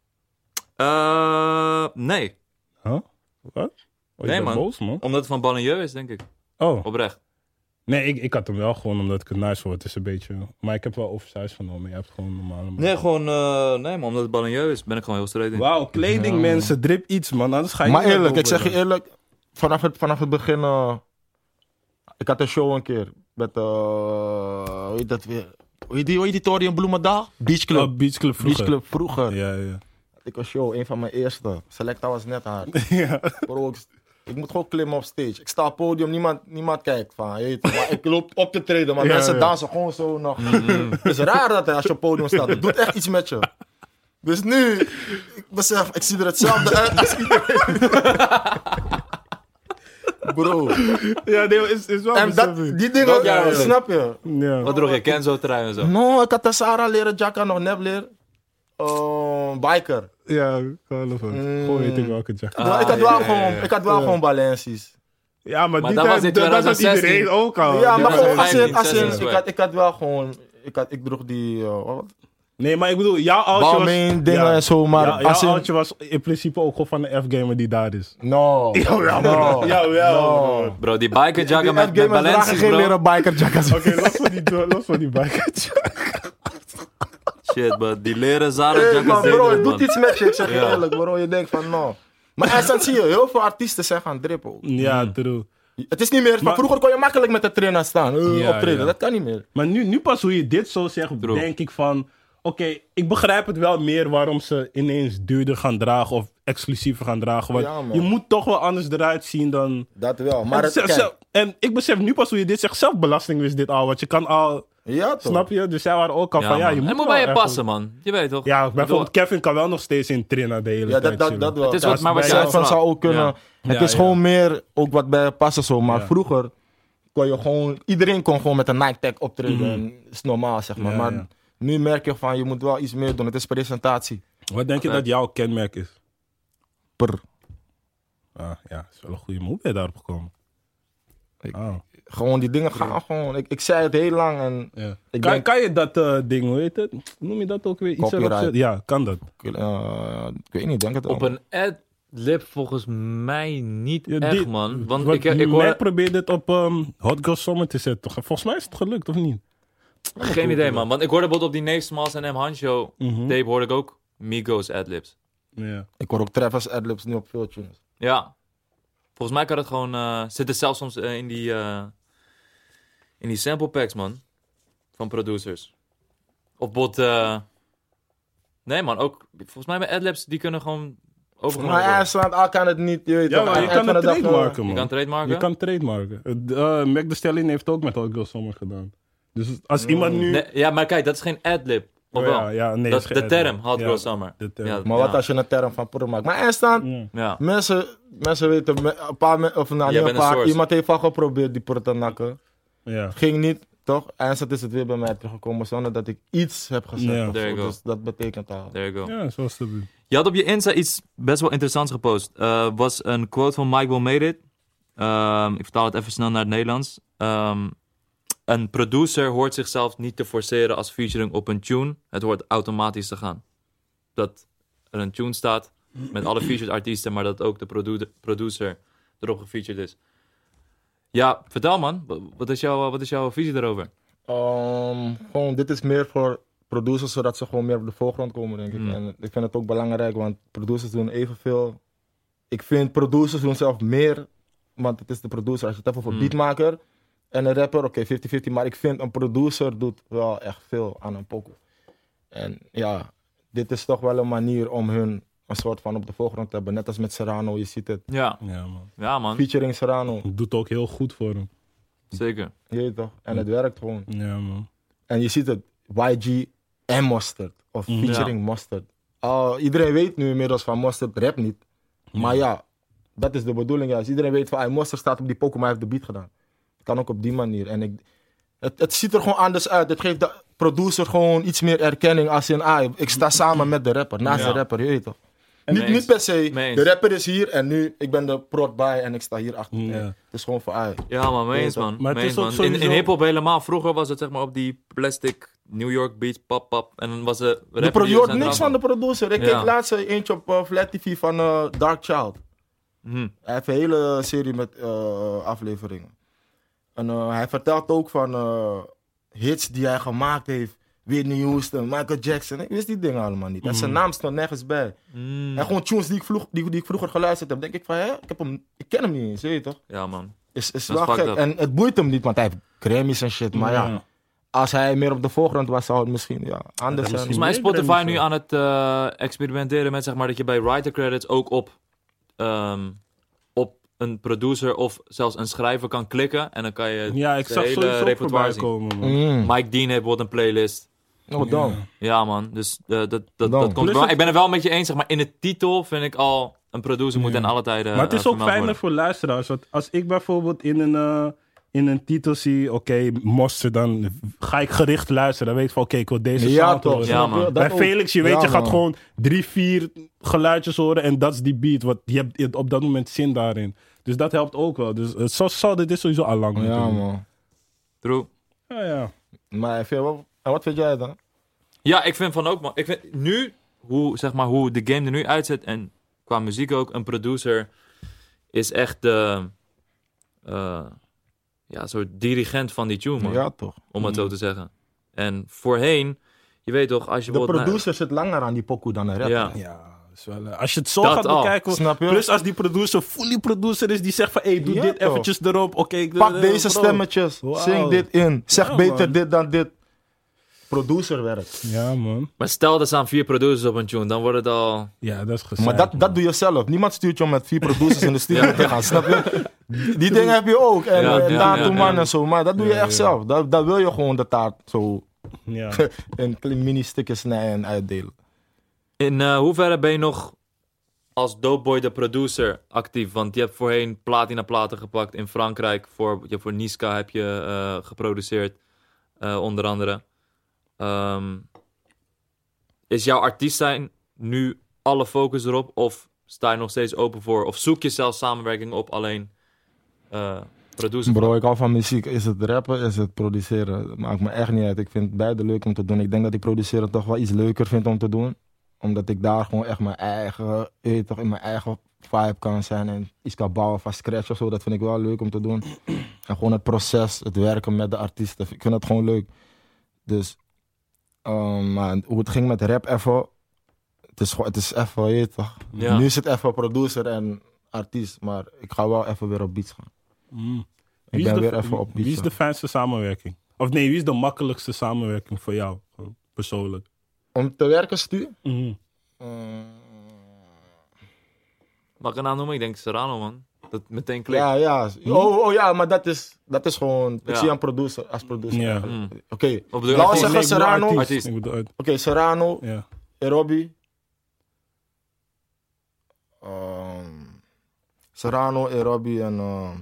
Eh, nee. Huh? Wat? Oh, je Nee, bent man. boos, man. Omdat het van Ballieu is, denk ik. Oh, Oprecht. nee, ik, ik had hem wel gewoon omdat ik het nice vond. Het is een beetje... Maar ik heb wel oversized genomen. Je hebt gewoon normale... Nee, gewoon... eh, nee, maar omdat het Ballieu is, ben ik gewoon heel straight in. Wauw, kleding mensen, drip iets man, anders ga je Maar niet naar eerlijk, ik boven, zeg je man. eerlijk, vanaf het, vanaf het begin, eh, ik had een show een keer met, eh hoe heet dat weer? Hoe heet die, hoe heet die toren in Bloemendaal? Beach Club. Oh, Beach Club vroeger. Beach Club vroeger. Ja, ja. Ik was show, een van mijn eerste. Selecta was net hard. ja. Bro, ik, ik moet gewoon klimmen op stage. Ik sta op het podium, niemand, niemand kijkt van, je weet, maar ik loop op te treden, maar Ja, mensen ja. dansen gewoon zo nog. Het is raar dat hè, als je op het podium staat. Het doet echt iets met je. Dus nu, ik besef, ik zie er hetzelfde uit als iedereen. Bro. Ja, nee, is, is wel En dat, besef ik. die dingen, Welk jaar was het? snap je? Ja. Wat droeg je? Kenzo trui en zo. No, ik had de Sarah leren jacka, nog nep leren. Uh, biker. Ja, gewoon even. Mm. Gewoon weet ik welke jack. Ah, Nou, ik had wel ja, ja, gewoon, ja. ik had wel Ja. gewoon Balenci's. Ja, maar, Maar die dat was tijd, in dat, dat had twintig zestien. iedereen ook al. Ja, Dit maar was- gewoon, als in, vijftien, als in, zestien, ik, had, ik had wel gewoon, ik, had, ik droeg die, uh, wat? Nee, maar ik bedoel, jouw oudje was... Balmain dingen ja. en zo, maar Ja, jouw als in, oudje was in principe ook gewoon van de F-gamer die daar is. no, Jawel, no, Jawel, no. man. Bro, die biker Die jagger met, met F-gamers dragen Balenci's, geen bro. leren biker jackas. Oké, los van die, los van die bikertje. Shit, but die leren Zara Hey, jackers man, deden bro, het, het doet man. iets met je, ik zeg je Ja. eerlijk, bro. Je denkt van, no. Maar eindstand zie je, heel veel artiesten zijn gaan drippen. Ja, true. Het is niet meer, van Maar- vroeger kon je makkelijk met de trainer staan, uh, Ja, optreden, ja. dat kan niet meer. Maar nu, nu pas hoe je dit zo zegt, True. denk ik van... Oké, ik begrijp het wel meer waarom ze ineens duurder gaan dragen of exclusiever gaan dragen. Want Ja, man. je moet toch wel anders eruit zien dan... Dat wel, maar en, het, zelf- kijk, zelf- en ik besef nu pas hoe je dit zegt. Zelf belasting is dit al, want je kan al... ja toch. Snap je? Dus zij waren ook al Ja, van, ja, man. je moet Het moet wel bij je echt- passen, man. Je weet toch? Ja, bijvoorbeeld Kevin kan wel nog steeds in Trinidad de hele Ja, tijd dat, dat, chillen. dat wel. Het is Kijk, wat- maar wat bij jij Stefan vraagt. zou ook kunnen. Ja. Het Ja, is ja. gewoon meer ook wat bij passen zo. Maar Ja. vroeger kon je gewoon, iedereen kon gewoon met een Nike tag optreden. Mhm. En dat is normaal, zeg maar. Ja, maar ja. nu merk je van, je moet wel iets meer doen. Het is presentatie. Wat denk je Oké. dat jouw kenmerk is? Per. Ah, ja, dat is wel een goede move. Ben je daarop gekomen? Ik- Oh, Gewoon die dingen gaan gewoon. Ik, ik zei het heel lang en ja. Ik kan, denk- kan je dat eh, ding, hoe heet het? Noem je dat ook weer? Iets Copyright. erop zetten? Ja, kan dat. ik, uh, ik weet niet, denk het wel. Op een ad-lib volgens mij niet Ja, echt, die- man. Want Wat, ik, ik Mac hoor... probeerde het op ehm, Hot Girl Summer te zetten. Volgens mij is het gelukt, of niet? Geen idee, man. Want ik hoorde bijvoorbeeld op die Nave Smalls en M. Hancho Mhm. tape hoorde ik ook Migos ad-libs. Ja. Ik hoor ook Travis adlibs nu op veel tunes. Ja. Volgens mij kan het gewoon... eh zit het zelfs soms eh, in die... eh, in die sample packs, man. Van producers. Of bot... eh nee, man. Ook... Volgens mij bij adlibs, die kunnen gewoon... overgenomen Maar IJsland, al kan het niet. Je, weet Ja, toch, maar je eind kan van het de dag, trademarken, Je man. kan trademarken? Je kan trademarken. Uh, Mac The Stallion heeft ook met Hot Girl Summer gedaan. Dus als iemand nu... Nee, ja, maar kijk, dat is geen adlib. Of Oh, wel? ja, ja, nee, dat is is de geen term, adlib. Hot Ja, Girl Summer. de term. Ja, Maar wat ja. als je een term van pro maakt? Maar IJsland, Ja. Ja. mensen, mensen weten, me- een paar, me- of nou Jij niet een bent een paar, source. iemand heeft al geprobeerd die pro te nakken. Ja. Ging niet, toch? IJsland is het weer bij mij teruggekomen zonder dat ik iets heb gezegd. Ja. of There zo. you go. Dus dat betekent al. There you go. Ja, zoals te doen. Je had op je Insta iets best wel interessants gepost. Uh, was een quote van Mike Will Made It. Um, ik vertaal het even snel naar het Nederlands. Um, een producer hoort zichzelf niet te forceren als featuring op een tune. Het hoort automatisch te gaan. Dat er een tune staat met alle featured artiesten, maar dat ook de produ- producer erop gefeatured is. Ja, vertel man. Wat is jouw, wat is jouw visie daarover? Um, gewoon, dit is meer voor producers, zodat ze gewoon meer op de voorgrond komen, denk ik. Mm. En ik vind het ook belangrijk, want producers doen evenveel. Ik vind producers doen zelf meer, want het is de producer. Als je het hebt over Mm. beatmaker en een rapper, oké, okay, vijftig vijftig. Maar ik vind een producer doet wel echt veel aan een pokoe. En ja, dit is toch wel een manier om hun een soort van op de voorgrond te hebben. Net als met Serrano, je ziet het. Ja, Ja, man. ja man. Featuring Serrano, Het doet ook heel goed voor hem. Zeker. je weet toch? En het werkt gewoon. Ja, man. En je ziet het, Y G en Mustard. Of Mhm. featuring Mustard. Oh, iedereen weet nu inmiddels van Mustard rap niet. Maar ja, dat is de bedoeling juist. Iedereen weet van, hey, Mustard staat op die pokoe, maar hij heeft de beat gedaan. Het kan ook op die manier. En ik, het, het ziet er gewoon anders uit. Het geeft de producer gewoon iets meer erkenning als in, ah, ik sta samen met de rapper. Naast Ja. de rapper, je weet toch. En Niet, mee eens. niet per se, Mee eens. de rapper is hier en nu, ik ben de prod bij en ik sta hier achter. Ja. Nee, het is gewoon voor, ah, Ja man, mee eens Ja, man. maar het Mee is eens, ook man. sowieso- In, in hiphop helemaal. Vroeger was het zeg maar op die plastic New York beats, pap pap. En dan was de De rapper pro- die je hoort er niks van centraal de producer. Ik Ja. keek laatst eentje op uh, Flat T V van uh, Dark Child. Hm. Hij heeft een hele serie met uh, afleveringen. En uh, hij vertelt ook van uh, hits die hij gemaakt heeft. Whitney Houston, Michael Jackson. Ik wist die dingen allemaal niet. En zijn naam stond nergens bij. Mm. En gewoon tunes die ik, vroeg, die, die ik vroeger geluisterd heb. Denk ik van, hè? Ik, heb hem, ik ken hem niet eens, weet je toch? Ja man. Is, is Dat wel is fucked gek. up. En het boeit hem niet, want hij heeft Grammys en shit. Maar ja, Ja. als hij meer op de voorgrond was, zou het misschien ja, anders zijn. Volgens mij is meer Spotify Grammys, nu ja. aan het eh, experimenteren met zeg maar dat je bij writer credits ook op, ehm, op een producer of zelfs een schrijver kan klikken. En dan kan je Ja, ik de zag hele sowieso ook repertoire voorbij zien. komen, man. Mm. Mike Dean heeft bijvoorbeeld een playlist. Oh, dan. Ja man, dus eh, dat, dat, dat Dan. komt Plus er wel. het- Ik ben het wel met je eens, zeg maar in de titel vind ik al een producer moet Ja. in alle tijden Maar het is eh, ook vermeld fijner worden. voor luisteraars. Want als ik bijvoorbeeld in een, eh, in een titel zie, oké, Monster, dan ga ik gericht luisteren. Dan weet ik van, oké, ik wil deze Ja, sound toch. horen. Ja, snap man. je? Dat Bij ook. Felix, je weet, Ja, je gaat man. gewoon drie, vier geluidjes horen en dat is die beat. Want je hebt op dat moment zin daarin. Dus dat helpt ook wel. Dus het zal, zal dit is sowieso al lang. Ja, moeten doen. man. True. Ja, ja. Maar ik vind wel- en wat vind jij dan? Ja, ik vind van ook, man. Ik vind nu, hoe, zeg maar, hoe de game er nu uitziet en qua muziek ook, een producer is echt de, eh ja, soort dirigent van die tune, man. Ja, toch. Om het zo te zeggen. En voorheen, je weet toch, als je De bijvoorbeeld- producer zit langer aan die pokoe dan een rapper. Ja. Ja, is wel, eh, als je het zo Dat gaat al. bekijken. Snap je? Plus als die producer fully producer is, die zegt van, hé, doe Ja, dit toch. eventjes erop. Oké, ik doe- Pak eh, deze bro. stemmetjes, Wauw. zing dit in, zeg Ja, beter man. dit dan dit. Producerwerk. Ja, man. Maar stel, er staan vier producers op een tune, dan wordt het al... Ja, dat is gezellig. Maar dat, dat doe je zelf. Niemand stuurt je om met vier producers in de studio te gaan, snap je? Die, die dingen heb je ook. En Ja, eh, ja, taart ja, to man ja. en zo. Maar dat doe je Ja, echt ja. zelf. Dat, dat wil je gewoon de taart zo Ja. in kleine mini-stukjes snijden en uitdelen. In eh, hoeverre ben je nog als Dopeboy de producer actief? Want je hebt voorheen platina platen gepakt in Frankrijk. Voor, je, voor Niska heb je eh, geproduceerd, eh, onder andere. Ehm, is jouw artiest zijn nu alle focus erop? Of sta je nog steeds open voor? Of zoek je zelf samenwerking op alleen eh producer? Bro, ik hou van muziek. Is het rappen, is het produceren? Dat maakt me echt niet uit. Ik vind beide leuk om te doen. Ik denk dat ik produceren toch wel iets leuker vind om te doen. Omdat ik daar gewoon echt mijn eigen, je weet toch, in mijn eigen vibe kan zijn. En iets kan bouwen van scratch of zo. Dat vind ik wel leuk om te doen. En gewoon het proces, het werken met de artiesten. Ik vind dat gewoon leuk. Dus, um, maar hoe het ging met rap even. Het is, gewoon- het is even, je weet toch. Ja. Nu is het even producer en artiest. Maar ik ga wel even weer op beats gaan. Mm. Ik Wie is ben de- weer even op Wie is beats. de fijnste samenwerking? Of nee, wie is de makkelijkste samenwerking voor jou? Gewoon persoonlijk. Om te werken, Stu? Mhm. Mm. Mag ik een naam noemen? Ik denk Serrano, man. Dat meteen klikt. Ja, ja. Oh, oh ja, maar dat is, dat is gewoon... Ik Ja. zie een producer als producer. Ja. eigenlijk. Mm. Oké, okay. Of bedoel je laten we artiest? zeggen Nee, ik bedoel Serrano. Oké, artiest. Artiest. Ik bedoel uit- okay, Serrano, Ja. Erobi. Um, Serrano, Erobi en... Uh,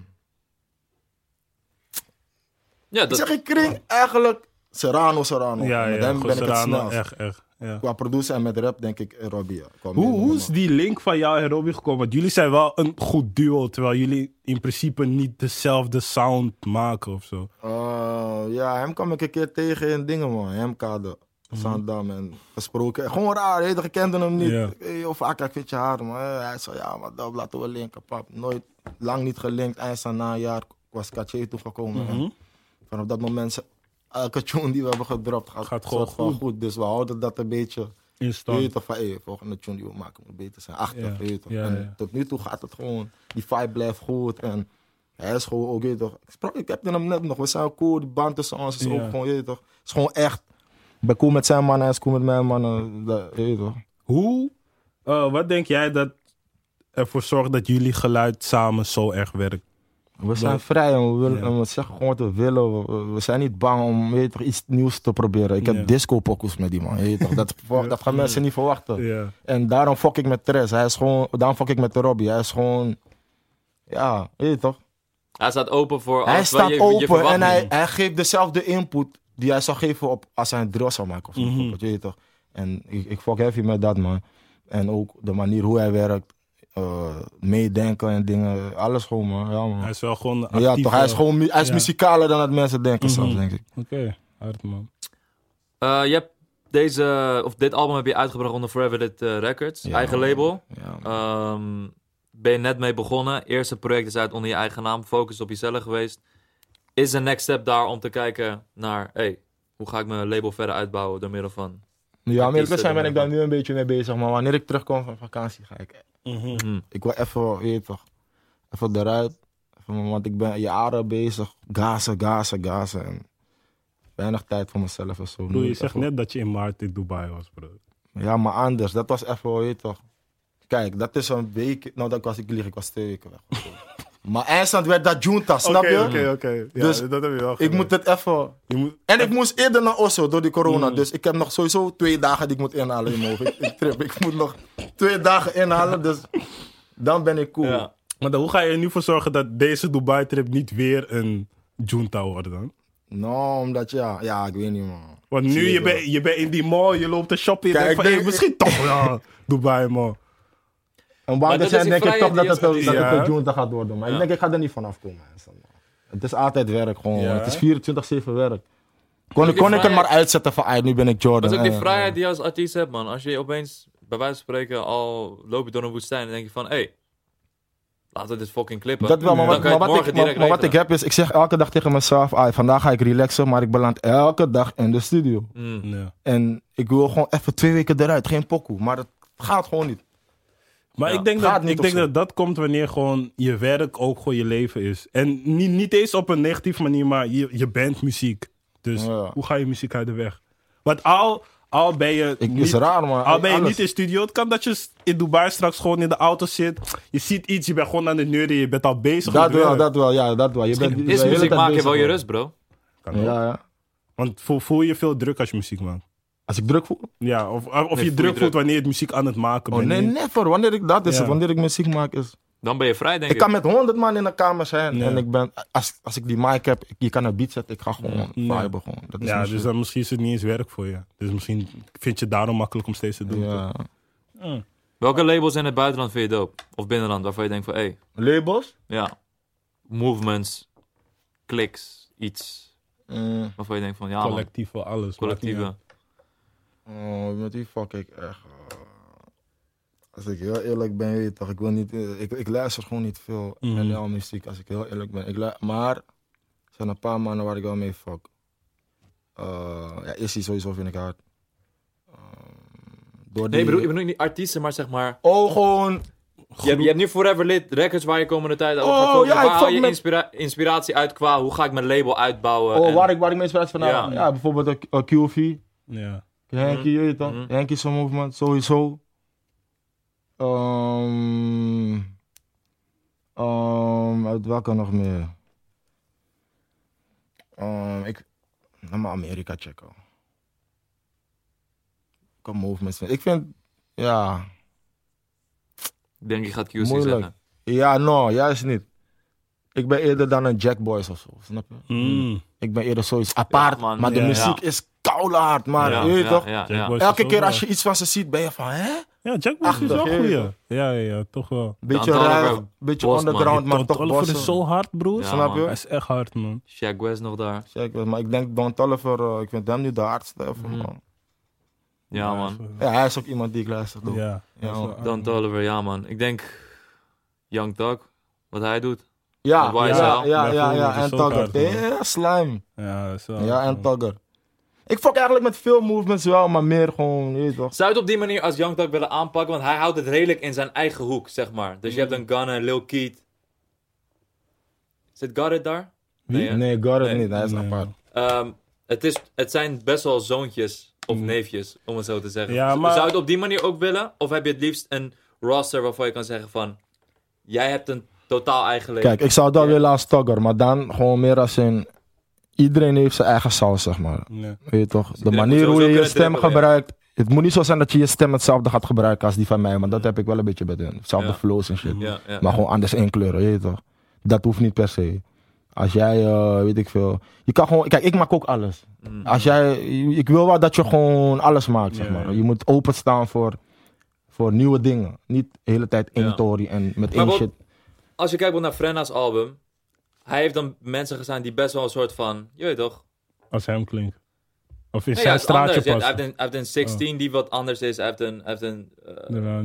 Ja, ik dat, zeg ik kring eigenlijk Serrano, Serrano. Ja, Met ja, hem ben ik het Serrano, snelst. echt, echt. Ja. Qua producer en met rap denk ik Erobi. Ja. Qua Hoe, middel, hoe is maar- die link van jou en Robbie gekomen? Want jullie zijn wel een goed duo, terwijl jullie in principe niet dezelfde sound maken of zo. Uh, ja, hem kwam ik een keer tegen in dingen, man. Hemkade, Zandam en gesproken. Gewoon raar, he, ik kende hem niet. Ja. Hey, of vaak, ik vind je hard, man. Hey, hij zei, ja, maar dat laten we linken, pap. Nooit, lang niet gelinkt. Eind van na een jaar was Katje toegekomen. Mhm. En vanaf dat moment, ze- elke tune die we hebben gedropt gaat, Gaat gewoon soort van goed. Dus we houden dat een beetje... In Je stand. weet toch van, hey, volgende tune die we maken moet beter zijn. Achter, Ja. je weet toch. Ja, en ja. tot nu toe gaat het gewoon, die vibe blijft goed. En hij is gewoon ook, je weet toch. Ik, sprak, ik heb hem net nog, we zijn cool, die band tussen ons is Ja. ook gewoon, je weet toch. Het is gewoon echt. Ik ben cool met zijn mannen, hij is cool met mijn mannen. Dat, je weet toch. Hoe, eh, wat denk jij dat ervoor zorgt dat jullie geluid samen zo erg werkt? We zijn Dat- vrij en we, willen, Ja. en we zeggen gewoon wat we willen. We, we- we zijn niet bang om weet toch, iets nieuws te proberen. Ik heb Ja. disco-pokoes met die man, je weet toch. Dat, dat gaan mensen niet verwachten. Ja. En daarom fok ik met Tres. Hij is gewoon, daarom fok ik met de Robbie. Hij is gewoon, ja, weet je toch. hij staat open voor Hij alles wat staat je, je open verwacht en hij, niet. hij geeft dezelfde input die hij zou geven op, als hij een drill zou maken. Of zo, Mhm. bijvoorbeeld, weet je toch. En ik, ik fuck heavy met dat, man. En ook de manier hoe hij werkt, uh, meedenken en dingen, alles gewoon, man. Ja, man. Hij is wel gewoon actief. Ja, toch, hij is, gewoon, mu- hij is ja. muzikaler dan dat mensen denken Mhm. soms, denk ik. Oké, hard man. Eh, je hebt deze, of dit album heb je uitgebracht onder Forever Lit eh, Records, Ja, eigen man. label. Ja, man. Ehm, ben je net mee begonnen. Eerste project is uit onder je eigen naam. Focus op jezelf geweest. Is een next step daar om te kijken naar... Hey, hoe ga ik mijn label verder uitbouwen door middel van... Ja, om eerlijk te artiesten zijn ben ik ermee daar nu een beetje mee bezig. Maar wanneer ik terugkom van vakantie, ga ik... Mhm. Hmm. Ik wil even, weet je toch, even eruit. Even, want ik ben jaren bezig. Gazen, gazen, gazen. En weinig tijd voor mezelf en zo. Bro, Nu je zegt even- net dat je in maart in Dubai was, bro. Ja, maar anders. Dat was even, weet je toch. Kijk, dat is een week... Nou, dat was ik lieg. Ik was twee weken weg. Maar eindstand werd dat junta, snap je? oké. Ja, Dus dat heb je wel Ik gedaan. moet het even... Je moet... En ik moest eerder naar Oslo door die corona. Mm. Dus ik heb nog sowieso twee dagen die ik moet inhalen in mijn hoofd. Ik, ik, trip. Ik moet nog twee dagen inhalen, dus dan ben ik cool. Ja. Maar dan, hoe ga je er nu voor zorgen dat deze Dubai-trip niet weer een junta wordt dan? Nou, omdat ja... Ja, ik weet niet, man. Want nu, Zie je je bent je bent in die mall, je loopt te shoppen, je Kijk, denkt van, ik hey, denk- misschien toch ja, Dubai, man. En Maar waar dat zijn is die denk ik toch dat vrijheid het, die dat je- het Ja. een junta gaat worden. Maar Ja. ik denk, ik ga er niet vanaf komen. Het is altijd werk gewoon. Ja. Het is vierentwintig zeven werk. Kon, die ik- kon ik het vrijheid- maar uitzetten van, ah, nu ben ik Jordan. Dat is ook die Eh, vrijheid die je als artiest hebt, man. Als je opeens, bij wijze van spreken, al loop je door een woestijn... dan denk je van, hey, laten we dit fucking clippen. Dat wel, maar Dan wat, kan je maar het wat, ik, morgen maar, direct maar wat ik regelen. heb is, ik zeg elke dag tegen mezelf, ah, vandaag ga ik relaxen, maar ik beland elke dag in de studio. Mm. Ja. En ik wil gewoon even twee weken eruit, geen pokoe. Maar dat gaat gewoon niet. Maar Ja, ik denk, gaat dat, niet ik of denk zo. dat dat komt wanneer gewoon je werk ook gewoon je leven is. En niet, niet eens op een negatieve manier, maar je, je bent muziek. Dus Ja. hoe ga je muziek uit de weg? Want al, al ben je Ik, niet, is raar, maar al ben je alles. niet in studio, het kan dat je in Dubai straks gewoon in de auto zit. Je ziet iets, je bent gewoon aan het neuren, je bent al bezig Dat met wel, werk. dat wel, ja, dat wel. Je bent, je bent de Is hele muziek tijd maken bezig, wel je man. rust, bro? Kan ook. Ja, ja. Want voel, voel je veel druk als je muziek maakt? Als ik druk voel? Ja, of, of Nee, je voel je druk druk? voelt wanneer je het muziek aan het maken Oh bent. nee, never. Wanneer ik, dat is Ja. het. Wanneer ik muziek maak is... Dan ben je vrij, denk Ik ik. kan met honderd man in de kamer zijn Ja. en ik ben... Als, als ik die mic heb, ik, je kan een beat zetten, ik ga gewoon Ja. viben gewoon. Dat is Ja, mijn dus shit. dan misschien is het niet eens werk voor je. Dus misschien vind je het daarom makkelijk om steeds te doen. Ja. toch? Welke labels in het buitenland vind je dope? Of binnenland, waarvan je denkt van, hey, Labels? ja, movements, kliks, iets. Mm. Waarvan je denkt van, ja man, Collectief voor alles. collectieve. maakt Oh, met wie fuck ik echt. eh, als ik heel eerlijk ben, weet je toch, ik wil niet, eh, ik, ik luister gewoon niet veel Mhm. N L muziek, als ik heel eerlijk ben. Ik lu- maar er zijn een paar mannen waar ik wel mee fuck. Uh, ja, Issy sowieso vind ik hard. Uh, door Nee, die... ik bedoel, ik bedoel niet artiesten, maar zeg maar... Oh, gewoon... Je hebt, je hebt nu Forever Lit Records waar je komende tijd over Oh, gaat focussen. ja, ik Waar haal fuck je met- inspira- inspiratie uit qua, hoe ga ik mijn label uitbouwen? Oh, en- waar ik, waar ik mijn inspiratie van Ja. haal. Ja, bijvoorbeeld een een Q V. niet uit. Ja. Henkie, je weet toch? Mhm. Henkie zo'n movement, sowieso. Ehm welke nog meer? Um, ik... Laat maar Amerika checken. Kom movements. Ik vind... Ja... Ik denk je gaat Q C Moeilijk. zeggen. Ja, no, juist niet. Ik ben eerder dan een Jack Boys of zo, snap je? Mm. Ik ben eerder zoiets apart, Ja, man. maar de Ja. muziek is koud maar Ja, je weet ja, toch? ja, Jack ja. Boys Elke is keer ook als wel- je iets van ze ziet, ben je van, hè? Ja, Jack Boys is Achtig, wel je goed, weet ja. toch? Ja, ja, ja, toch wel. Beetje Dan ruig, Oliver beetje Bos, man. underground, maar Don toch Toliver bossen. is zo hard, broer. Ja, Snap man. je? Hij is echt hard, man. Shaq West nog daar. Zeker, maar ik denk Don Toliver, uh, ik vind hem nu de hardste. Even, Mhm. man. Ja, man. Ja, hij is ook iemand die ik luister. Toch? Ja, Ja, man. Don Toliver, ja, man. Ik denk Young Thug, wat hij doet. Ja, Met ja, Y S L. ja, ja, ja, Ja, en dat is ook Tugger. hard, man. Ja, slime. Ja, dat is wel Ja, en hard, man. Tugger. Ik fok eigenlijk met veel movements wel, maar meer gewoon, je weet toch? Zou je het op die manier als Young Thug willen aanpakken? Want hij houdt het redelijk in zijn eigen hoek, zeg maar. Dus je hebt een Gunna, Lil Keat. Zit Garrett daar? Wie? hè? Nee, Garrett Nee. niet, hij is Nee. apart. Ehm, het, is, het zijn best wel zoontjes of Mm. neefjes, om het zo te zeggen. Ja, maar- Zou je het op die manier ook willen? Of heb je het liefst een roster waarvan je kan zeggen van... Jij hebt een totaal eigen leven. Kijk, ik zou dat Ja. willen als Tugger, maar dan gewoon meer als in... Iedereen heeft zijn eigen saus, zeg maar. Ja. Weet je toch? De iedereen manier moet hoe je sowieso je kunnen stem dribbelen, ja. gebruikt... Het moet niet zo zijn dat je je stem hetzelfde gaat gebruiken als die van mij, want dat heb ik wel een beetje bij hun. Hetzelfde Ja. flows en shit. Ja, ja. Maar gewoon anders inkleuren, weet je toch? Dat hoeft niet per se. Als jij, eh, weet ik veel... Je kan gewoon... Kijk, ik maak ook alles. Mm. Als jij... Ik wil wel dat je gewoon alles maakt, zeg Ja, maar. ja. Je moet openstaan voor, voor nieuwe dingen. Niet de hele tijd één Ja. tory en met Maar één wat- shit. Als je kijkt naar Frenna's album... Hij heeft dan mensen gestaan die best wel een soort van... Je weet toch? Als hij hem klinkt. Of in Nee, zijn ja, het is anders. straatje Ja, hij pas. heeft een, hij heeft een zestien die wat anders is. Hij heeft een... Hij heeft een eh, Delani.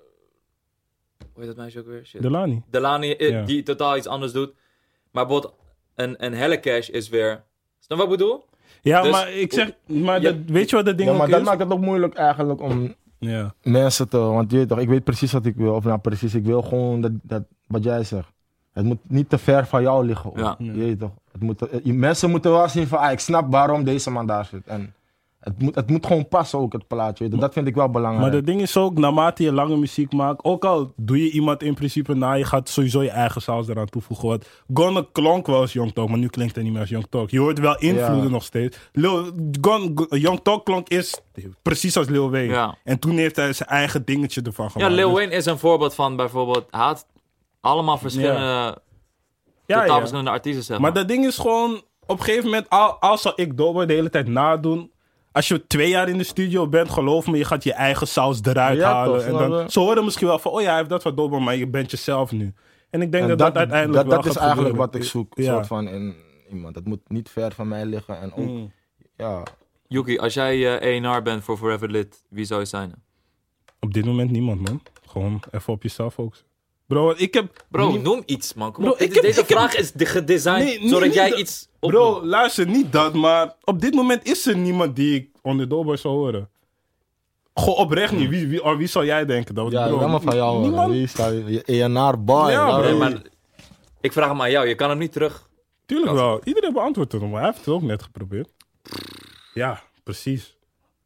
hoe heet dat meisje ook weer? Shit. Delani. Delani, eh, Ja. die totaal iets anders doet. Maar bijvoorbeeld een, een Hellecash is weer... Snap wat ik bedoel? Ja, Dus- maar ik zeg... Maar Ja. dat, weet je wat dat ding Ja, maar ook dat is? maakt het ook moeilijk eigenlijk om Ja. mensen te... Want je weet toch, ik weet precies wat ik wil. Of nou precies, ik wil gewoon dat, dat, wat jij zegt. Het moet niet te ver van jou liggen. Ook. Ja. Je weet toch. Het moet, eh, mensen moeten wel zien van, ah, ik snap waarom deze man daar zit. En het moet, het moet gewoon passen ook, het plaatje. Weet je. Dat vind ik wel belangrijk. Maar dat ding is ook, naarmate je lange muziek maakt, ook al doe je iemand in principe na, je gaat sowieso je eigen saus eraan toevoegen. Want Gunna klonk wel als Young Thug, maar nu klinkt hij niet meer als Young Thug. Je hoort wel invloeden Ja. nog steeds. Lil, Gun, Gun- Young Thug klonk is precies als Lil Wayne. Ja. En toen heeft hij zijn eigen dingetje ervan Ja, gemaakt. Lil Dus- Wayne is een voorbeeld van bijvoorbeeld... Hij had allemaal verschillende... Ja, totaal ja. verschillende artiesten, zeg Maar maar. dat ding is gewoon, op een gegeven moment, al, al zal ik Doughboy de hele tijd nadoen. Als je twee jaar in de studio bent, geloof me, je gaat je eigen saus eruit Ja, halen. toch, en snap dan, je? ze horen misschien wel van, oh ja, hij heeft dat van Doughboy, maar je bent jezelf nu. En ik denk En dat dat, uiteindelijk dat, wel dat is gaat eigenlijk gebeuren. wat ik zoek. Ja. Soort van in iemand. Het moet niet ver van mij liggen. En ook, Mm. ja... Yuki, als jij eh, A en R bent voor Forever Lit, wie zou je zijn? Op dit moment niemand, man. Gewoon even op jezelf focussen. Bro, ik heb... Bro, nie- noem iets, man. Kom Bro, op. ik Dit- heb- Deze ik heb- vraag is de- gedesigned Nee, nee, zodat niet jij dat- iets Bro, opnoemt. luister, niet dat, maar op dit moment is er niemand die ik onder Doughboy zou horen. Gewoon oprecht niet. Wie, wie, oh, wie zou jij denken? Dat, Ja, bro, helemaal van jou. hoor. Niemand? Wie sta je? Je E N R boy. Ja, nou, bro. Nee, hey. maar ik vraag hem aan jou. Je kan hem niet terug... Tuurlijk wel. Iedereen beantwoordt het, maar hij heeft het ook net geprobeerd. Ja, precies.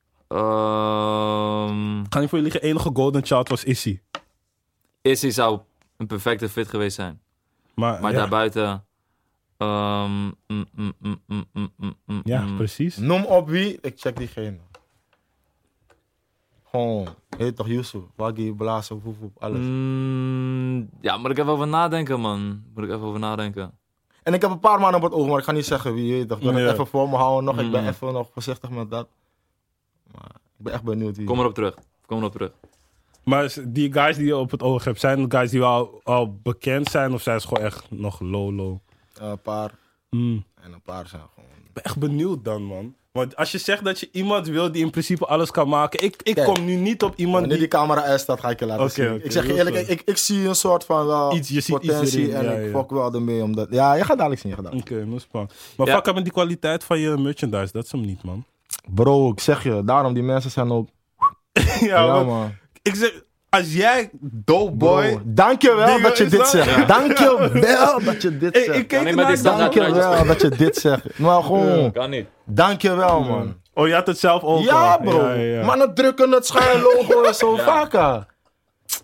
Ehm Ga niet voor je liegen, enige golden child was Issy. Issy zou een perfecte fit geweest zijn. Maar, Maar ja, daarbuiten... ehm, mm, mm, mm, mm, mm, mm, mm, ja, mm. precies. Noem op wie, ik check diegene. Gewoon, heet toch Yusuf, Waggy, Blazen, woef, woef, alles. Mm, ja, moet ik even over nadenken, man. Moet ik even over nadenken. En ik heb een paar mannen op het oog, maar ik ga niet zeggen wie, weet toch. Ik wil het Ja. even voor me houden nog, ik ben Mm. even nog voorzichtig met dat. Maar ik ben echt benieuwd wie. Kom erop terug. Kom erop terug. Maar die guys die je op het oog hebt, zijn het guys die wel al, al bekend zijn of zijn ze gewoon echt nog low, low? Uh, een paar, Hmm. en een paar zijn gewoon... Ik ben echt benieuwd dan, man. Want als je zegt dat je iemand wil die in principe alles kan maken. Ik, ik Kijk, kom nu niet op iemand Wanneer die... die camera uit staat, ga ik je laten Oké, zien. oké, ik zeg je heel eerlijk, goed. ik, ik zie een soort van wel Iets- je ziet iets potentie erin, en ja, ik ja. fok wel ermee. Omdat, ja, je gaat dadelijk zien, je gaat dadelijk. Oké, okay, spannend. Maar Ja. fuck up met die kwaliteit van je merchandise. Dat is hem niet, man. Bro, ik zeg je, daarom die mensen zijn ook... ja, Ja, man. man. Ik zeg, als jij dope boy... Bro, dankjewel Dingen dat je is dit dat- zegt. Ja. Dankjewel dat je dit Ik, zegt. ik keek niet met ernaar, die standaard dankjewel. Dankjewel dat je dit zegt. Maar gewoon, Kan niet. dankjewel man. Oh, je had het zelf ook Ja al. bro, Ja, ja, ja. mannen drukken het schuin logo en zo Ja. vaker.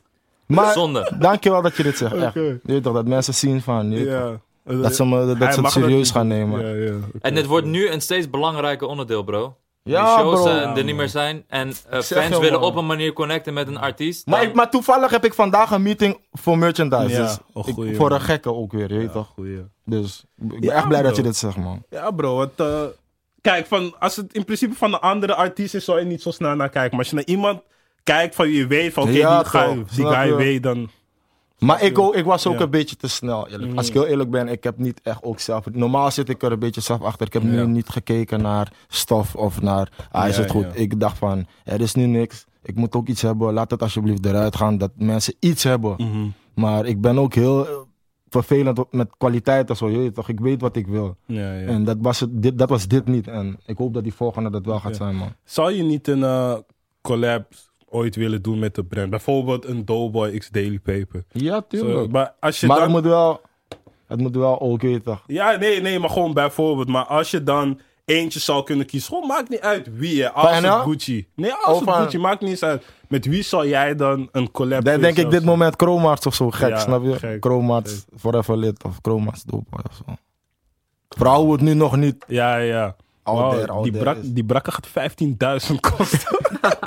Maar Zonde. dankjewel dat je dit zegt, echt. Okay. Je weet toch, dat mensen zien van, je weet Ja. toch, dat ze, me, dat Hij ze het mag serieus niet gaan doen. nemen. Ja, ja. Okay. En het wordt nu een steeds belangrijker onderdeel, bro. Ja, Die shows bro. uh, Ja, er niet man. meer zijn. En uh, zeg fans je, willen man. op een manier connecten met een artiest. Maar, dan- ik, maar toevallig heb ik vandaag een meeting voor merchandise. Ja, dus oh, ik- goeie, voor man. een gekke ook weer, je weet Ja, toch. goeie. Dus ik ben Ja, echt blij dat bro. je dit zegt, man. Ja, bro. Het, uh, kijk, van, als het in principe van een andere artiest is, zou je niet zo snel naar kijken. Maar als je naar iemand kijkt van wie je weet, van oké, Ja, die, guy, toch, die snap guy je? weet, dan... Maar ik, ook, ik was ook Ja. een beetje te snel, eerlijk. Mm. Als ik heel eerlijk ben, ik heb niet echt ook zelf... Normaal zit ik er een beetje zelf achter. Ik heb nu Ja. niet gekeken naar stof of naar... Ah, is Ja, het goed? ja. Ik dacht van, er is nu niks. Ik moet ook iets hebben. Laat het alsjeblieft eruit gaan, dat mensen iets hebben. Mhm. Maar ik ben ook heel eh, vervelend op- met kwaliteit en zo. Je weet toch, ik weet wat ik wil. Ja, ja. En dat was, het, dit, dat was dit niet. En ik hoop dat die volgende dat wel gaat Ja. zijn, man. Zou je niet een uh, collab ooit willen doen met de brand? Bijvoorbeeld een Doughboy x Daily Paper. Ja, Zo, tuurlijk. maar als je maar dan... het moet wel... Het moet wel ook, je weet toch. Ja, nee, nee, maar gewoon bijvoorbeeld. Maar als je dan eentje zou kunnen kiezen, gewoon maakt niet uit wie, hè. Als Van het N L? Gucci. Nee, als Of het van- Gucci, maakt niet eens uit. Met wie zou jij dan een collab Dan voor denk ik jezelf dit doen? moment Chromarts of zo, gek, Ja, snap je? gek, Chromarts Forever Lit of Chromarts Dope of zo. Vooral hoe het nu nog niet Ja, ja. out Wow, there, out die, there brak, is. die brakke gaat vijftienduizend kosten.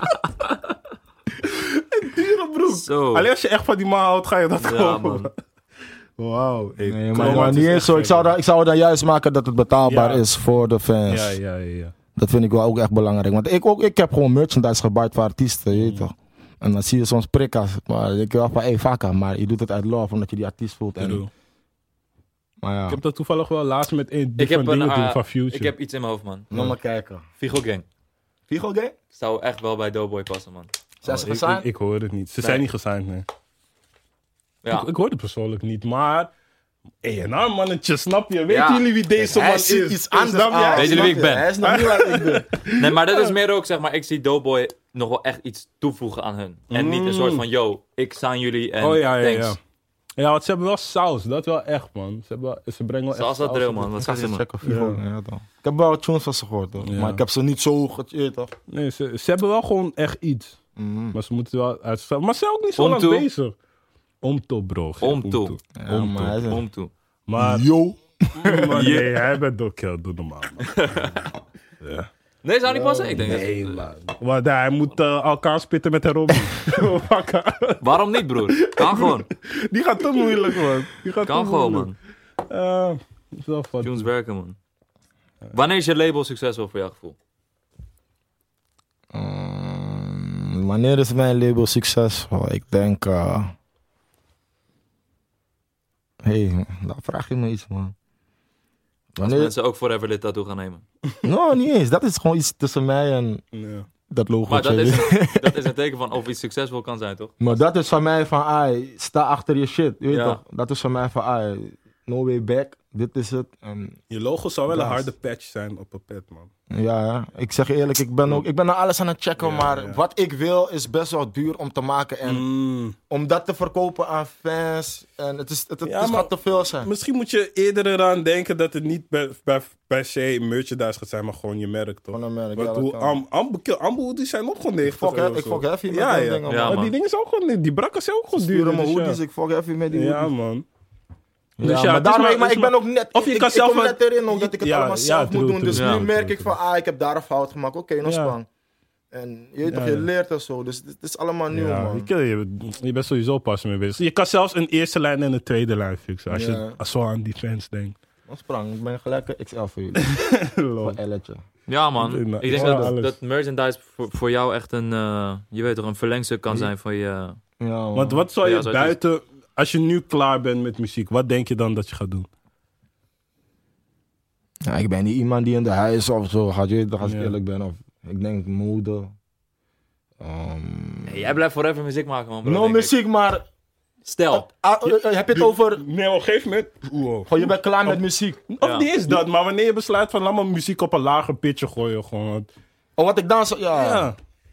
Een dure broek. Zo. Alleen als je echt van die man houdt, ga je dat Ja, kopen. man. Wauw. Hey, Nee, maar, Chromarts maar is niet eens echt zo. Ik vet, zou, man. dan, ik zou dan juist maken dat het betaalbaar Ja. is voor de fans. Ja, ja, ja. ja. Dat vind ik wel ook echt belangrijk. Want ik, ook, ik heb gewoon merchandise gebouwd voor artiesten, je weet toch. En dan zie je soms prikkas. Maar ik wel van, hey, vakka, maar je doet het uit love, omdat je die artiest voelt. Ik En, bedoel, maar ja, Ik heb dat toevallig wel laatst met een Ik heb, van een, dingen doen uh, van Future. ik heb iets in mijn hoofd, man. nog maar kijken. Figo Gang. Figo Gang? Zou echt wel bij Doughboy passen, man. Zijn ze Oh, ik, gesigned? ik, ik hoor het niet. Ze Nee. zijn niet gesigned, nee. Ja. Ik, ik hoor het persoonlijk niet, maar... Hé, nou mannetje, snap je? Weten Ja. jullie wie deze man Hij is? ziet iets anders Snap jij? uit, Weet jullie wie ik snap je? ben? Hij is nog niet wat ik ben. Nee, maar dat is meer ook, zeg maar, ik zie Doughboy nog wel echt iets toevoegen aan hun. En niet een soort van, yo, ik sta aan jullie en Oh ja, ja, thanks. ja. Ja, want ze hebben wel saus. Dat wel echt, man. Ze, hebben, wel- ze brengen wel echt Zoals dat saus drill, op man. het- Wat Ik ga zeg je, ze man? checken Figo Ja. Gang, ja, toch. Ik heb wel tunes van ze gehoord, hoor. Ja. Maar ik heb ze niet zo ge- je weet toch. Nee, ze, ze hebben wel gewoon echt iets. Mhm. Maar ze moeten wel uitstellen. Maar ze zijn ook niet zo Om lang toe. bezig. Om toe, bro. Geen Om toe. Ja, Om maar hij toe. is- Om toe. Maar, Yo. maar nee, hij bent ook heel doe normaal, man. Ja. Nee, zou niet passen? Ik denk dat... Nee, man. Maar daar, hij moet uh, elkaar spitten met de Robin. Waarom niet, broer? Kan gewoon. Die gaat te moeilijk, man. Die gaat Kan te gewoon, moeilijk. man. Uh, is wel wat. Tunes werken, man. Wanneer is je label succesvol voor jouw gevoel? Ehm, wanneer is mijn label succesvol? Ik denk... eh hey, daar vraag je me iets, man. Als Wanneer... mensen ook Forever Lit tattoo gaan nemen. No, niet eens. Dat is gewoon iets tussen mij en Ja. dat logo. Maar dat is, dat is een teken van of iets succesvol kan zijn, toch? Maar dat is van mij van, ai, sta achter je shit. Je weet Ja. toch? Dat is van mij van, ai, no way back. Dit is het. En Je logo zou wel een Blaas. harde patch zijn op een pet, man. ja, ja, ik zeg je eerlijk, ik ben, ook, ik ben naar alles aan het checken. Ja, maar ja. wat ik wil is best wel duur om te maken. En Mm. om dat te verkopen aan fans. En het, is, het, het, Ja, het maar- gaat te veel zijn. Misschien moet je eerder eraan denken dat het niet bij, bij, per se merchandise gaat zijn, maar gewoon je merk, toch? Gewoon een merk, Want ja, dat hoe kan. Am- Ambu Ambu, die zijn ook gewoon Ik negentig fok, euro he- ik zo. fok heavy met Ja, die ja. dingen, Ja, man. Maar man. die dingen zijn ook gewoon, die brakken zijn ook gewoon duur. Sturen me dus ja. hoodies, ik fok heavy met die Ja, hoodies. man. Ja, Dus ja, maar het is daarom, maar- maar het ik is ben ook net... Of je ik, kan ik, zelf ik kom een- net erin ook dat ik het Ja, allemaal ja, zelf true, moet doen. true. Dus Ja, nu merk true, ik van, ah, ik heb daar een fout gemaakt. Oké, nog Ja. spang. En je weet Ja, toch, je ja. leert en zo. Dus het is allemaal nieuw, Ja, man. je, je, je bent sowieso pas mee bezig. Je kan zelfs een eerste lijn en een tweede lijn fixen. Als Ja. je als zo aan die fans denkt. Nog sprang, ik ben gelijk een X L voor jullie. Lol. Voor L'tje. Ja, man. Ja, Ik denk ja, dat, alles. dat merchandise voor, voor jou echt een, eh, je weet toch, een verlengstuk kan zijn van je... Ja, man. Want wat zou je Ja, zo het is. buiten... Als je nu klaar bent met muziek, wat denk je dan dat je gaat doen? Ja, ik ben niet iemand die in de huis of zo gaat, je weet toch, als ik Ja. eerlijk ben. Of, ik denk mode. Ehm Nee, jij blijft forever muziek maken, man, bro. no denk ik. muziek, maar... Stel. Ah, eh, eh, heb je het over... Nee, op een gegeven moment... Wow. Gewoon, je bent klaar met muziek. Of Ja. niet eens dat, maar wanneer je besluit van laat maar muziek op een lager pitje gooien. Gewoon. Oh, wat ik dan zo... Ja. Ja.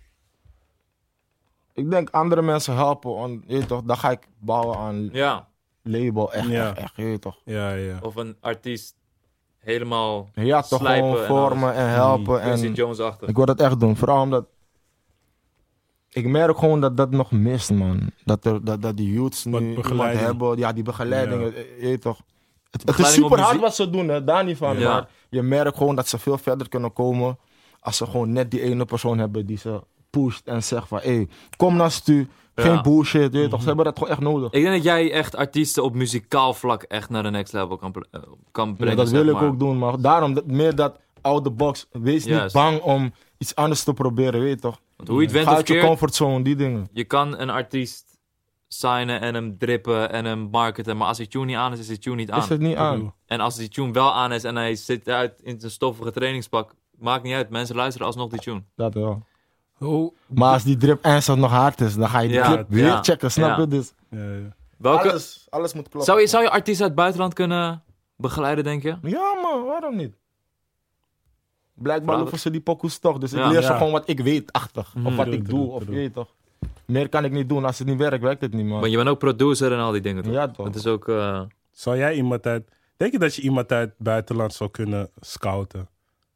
Ik denk andere mensen helpen. On, je weet toch, dan ga ik bouwen aan Ja. label. Echt, Ja. echt, echt, je weet toch. Ja, ja. Of een artiest helemaal Ja, toch slijpen gewoon en vormen en helpen. Quincy En Jones achter. ik wil dat echt doen. Vooral omdat... ik merk gewoon dat dat nog mist, man. Dat, er, dat, dat die youths nu iemand hebben. Ja, die begeleiding. Ja. Je, je toch. Het, het is super hard wat ze doen, hè, daar niet van. Ja. Maar je merkt gewoon dat ze veel verder kunnen komen als ze gewoon net die ene persoon hebben die ze pusht en zegt van, hé, hey, kom naar stu, geen ja. bullshit, je mm-hmm. toch. Ze hebben dat gewoon echt nodig. Ik denk dat jij echt artiesten op muzikaal vlak echt naar de next level kan, uh, kan brengen. Ja, dat wil zeg ik maar. ook doen, maar daarom dat, meer dat out the box. Wees yes. niet bang om iets anders te proberen, weet je toch. Want hoe je het went Ga of uit je keert, comfortzone, die dingen. Je kan een artiest signen en hem drippen en hem marketen, maar als die tune niet aan is, is die tune niet aan. Is het niet aan. En als die tune wel aan is en hij zit uit in zijn stoffige trainingspak, maakt niet uit. Mensen luisteren alsnog die tune. Dat wel. Oh. Maar als die drip ernstig nog hard is, dan ga je die ja, clip weer ja, checken, snap je? Ja. Dus ja, ja. Welke, alles, alles moet kloppen. Zou je, zou je artiesten uit het buitenland kunnen begeleiden, denk je? Ja man, waarom niet? Blijkbaar hoeven ze die pokoes toch. Dus ik ja, leer ze ja. gewoon wat ik weet achtig. Mm, of wat doe, ik doe, doe, of doe. Je weet toch. Meer kan ik niet doen. Als het niet werkt, werkt het niet, man. Maar je bent ook producer en al die dingen, toch? Ja, toch. Dat is ook... Uh... Zou jij iemand uit... Denk je dat je iemand uit het buitenland zou kunnen scouten?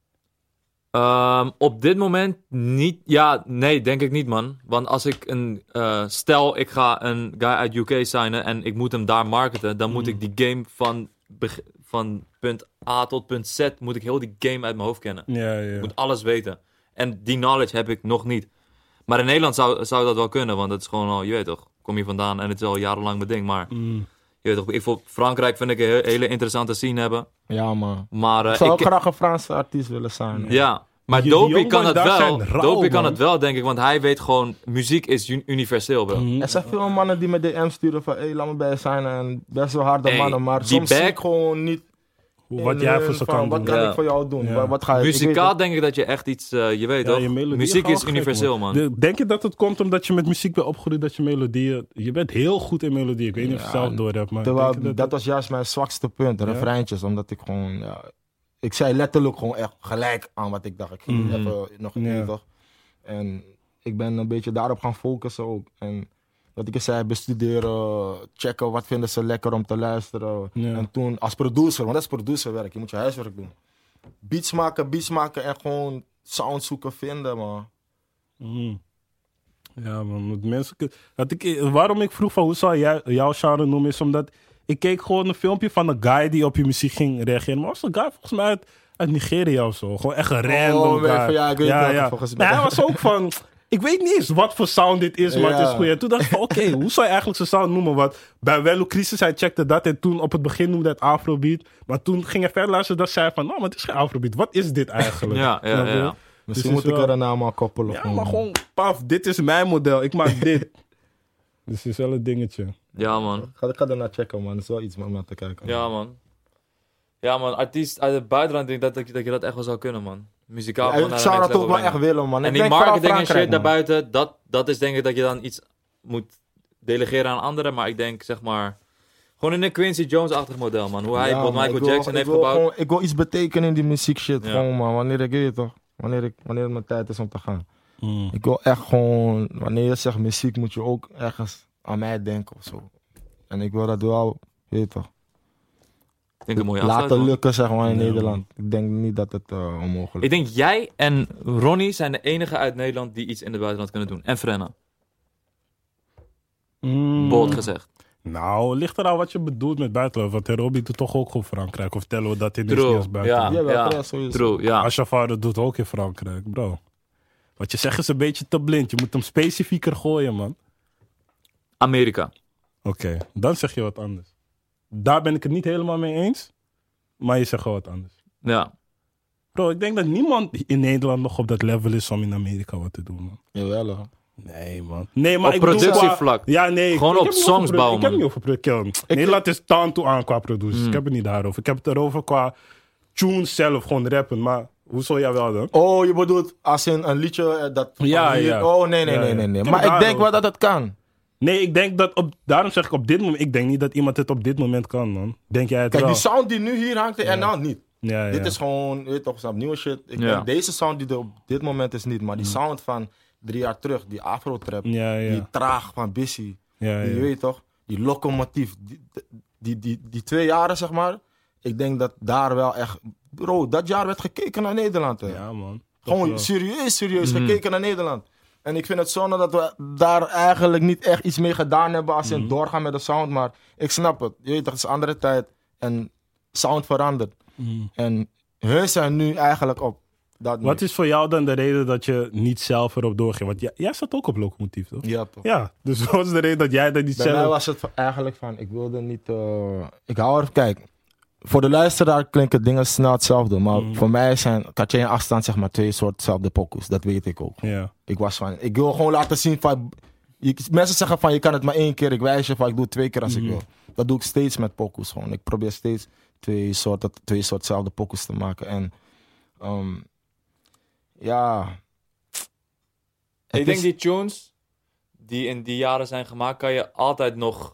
Um, op dit moment niet. Ja, nee, denk ik niet, man. Want als ik een... Uh, stel, ik ga een guy uit U K signen en ik moet hem daar marketen, dan moet mm. ik die game van... Beg- van punt A tot punt Z moet ik heel die game uit mijn hoofd kennen. Ja, ja. Ik moet alles weten. En die knowledge heb ik nog niet. Maar in Nederland zou, zou dat wel kunnen, want dat is gewoon al, je weet toch, kom je vandaan en het is al jarenlang mijn ding. Maar mm. je weet toch, ik voor Frankrijk vind ik een he- hele interessante scene hebben. Ja, man. Maar, uh, ik zou ik ook graag een Franse artiest willen zijn. Ja, ja. Maar Dopey kan het wel. Dopey kan het wel, denk ik, want hij weet gewoon, muziek is un- universeel, bro. Mm. Er zijn veel mannen die met D M sturen van, hé, hey, laat me bij je zijn. En best wel harde hey, mannen, maar soms back... zie ik gewoon niet... Wat jij voor ze kan Wat doen. kan ja. ik voor jou doen? Ja. Wat ga je, Muzikaal ik denk ik dat je echt iets... Uh, je weet ja, toch? Je muziek is universeel, man. man. Denk je dat het komt omdat je met muziek bent opgegroeid, dat je melodieën... Je bent heel goed in melodieën. Ik weet niet ja, of je zelf door hebt, maar... Terwijl, dat, dat, dat was juist mijn zwakste punt, refreintjes. Ja? Omdat ik gewoon... Ja, ik zei letterlijk gewoon echt gelijk aan wat ik dacht. Ik ging mm. even nog een ja. toch. En ik ben een beetje daarop gaan focussen ook. En wat ik zei, bestuderen, checken wat vinden ze lekker om te luisteren. Ja. En toen als producer, want dat is producerwerk, je moet je huiswerk doen. Beats maken, beats maken en gewoon sound zoeken, vinden, man. Mm. Ja, man. Mensen, dat ik, waarom ik vroeg van hoe zou jij jouw genre noemen, is omdat ik keek gewoon een filmpje van een guy die op je muziek ging reageren. Maar was een guy volgens mij uit, uit Nigeria of zo. Gewoon echt een random oh, guy. Ja, ik weet ja, ja. volgens mij. Nee, hij was ook van... Ik weet niet eens wat voor sound dit is, maar ja. het is goed. En toen dacht ik van, oké, okay, hoe zou je eigenlijk zijn sound noemen? Want bij Wello Crisis, hij checkte dat en toen op het begin noemde hij het Afrobeat. Maar toen ging hij verder luisteren dat zei van, nou, maar het is geen Afrobeat. Wat is dit eigenlijk? ja, ja, ja. ja. Misschien dus moet ik wel... er een naam aan koppelen. Ja, maar gewoon, paf, dit is mijn model. Ik maak dit. Dus het is wel een dingetje. Ja, man. Ik ga, ik ga ernaar checken, man. Dat is wel iets om naar te kijken. Ja, man. Ja, man. Artiest uit het buitenland, denk ik dat, dat je dat echt wel zou kunnen, man. Muzikaal. Ja, ik zou dat ook wel echt willen, man. En ik die marketing en shit daarbuiten, dat, dat is denk ik dat je dan iets moet delegeren aan anderen. Maar ik denk, zeg maar, gewoon in een Quincy Jones-achtig model, man. Hoe hij ja, wat Michael wil, Jackson heeft wil gebouwd. Gewoon, ik wil iets betekenen in die muziek shit, ja. gewoon, man. Wanneer ik weet toch. Wanneer, ik, wanneer het mijn tijd is om te gaan. Mm. Ik wil echt gewoon, wanneer je zegt muziek, moet je ook ergens aan mij denken of zo. En ik wil dat wel, weet toch. Ik denk een mooie laten lukken, zeg maar, in ja, Nederland. Man. Ik denk niet dat het uh, onmogelijk is. Ik denk jij en Ronnie zijn de enige uit Nederland die iets in het buitenland kunnen doen. En Frenna. Mm. Bold gezegd. Nou, ligt er al wat je bedoelt met buitenland. Want Robbie doet toch ook voor Frankrijk. Of tellen we dat in True. Niet als buitenland? Ja, ja, ja. ja. True, ja. Ashafar dat doet ook in Frankrijk, bro. Wat je zegt is een beetje te blind. Je moet hem specifieker gooien, man. Amerika. Oké, okay, dan zeg je wat anders. Daar ben ik het niet helemaal mee eens. Maar je zegt gewoon wat anders. Ja. Bro, ik denk dat niemand in Nederland nog op dat level is om in Amerika wat te doen, man. Jawel, hoor. Nee, man. Nee, maar op ik productievlak. Ja, nee. Gewoon ik, op ik songs bouwen, Ik heb niet over productie. Nederland is taan toe aan qua producers. Mm. Ik heb het niet daarover. Ik heb het erover qua tunes zelf, gewoon rappen. Maar hoe zou jij wel dan? Oh, je bedoelt als in een liedje dat... Ja, hier, ja. Oh, nee, nee, ja, nee, nee. nee. Maar ik denk wel dat het kan. Nee, ik denk dat op... Daarom zeg ik op dit moment... Ik denk niet dat iemand het op dit moment kan, man. Denk jij het Kijk, wel? die sound die nu hier hangt, en ja. nou niet. Ja, ja. Dit is gewoon, weet je toch, nieuwe shit. Ik ja. denk, deze sound die er op dit moment is niet. Maar die sound van drie jaar terug, die afro-trap, ja, ja. die traag van Bissy, ja, die ja. weet je toch, die locomotief, die, die, die, die twee jaren zeg maar. Ik denk dat daar wel echt, bro, dat jaar werd gekeken naar Nederland. Hè. Ja, man. Gewoon serieus, serieus mm. gekeken naar Nederland. En ik vind het zonde dat we daar eigenlijk niet echt iets mee gedaan hebben als in Mm-hmm. doorgaan met de sound. Maar ik snap het. Je weet toch, het is een andere tijd. En sound verandert. Mm. En hun zijn nu eigenlijk op dat Wat is voor jou dan de reden dat je niet zelf erop doorging? Want jij, jij zat ook op Locomotief, toch? Ja, toch. Ja, dus wat is de reden dat jij dat niet Bij zelf... mij was het eigenlijk van, ik wilde niet... Uh, ik hou er, kijk, voor de luisteraar klinken dingen snel hetzelfde. Maar Mm. voor mij zijn Katje en Afstand zeg maar twee soorten zelfde pokoes. Dat weet ik ook. Ja. Ik was van, ik wil gewoon laten zien van... Je, mensen zeggen van, je kan het maar één keer. Ik wijs je van, ik doe het twee keer als Mhm. ik wil. Dat doe ik steeds met pokoes gewoon. Ik probeer steeds twee soorten, twee soorten zelfde pokoes te maken. En um, ja... Ik Het denk is- die tunes die in die jaren zijn gemaakt, kan je altijd nog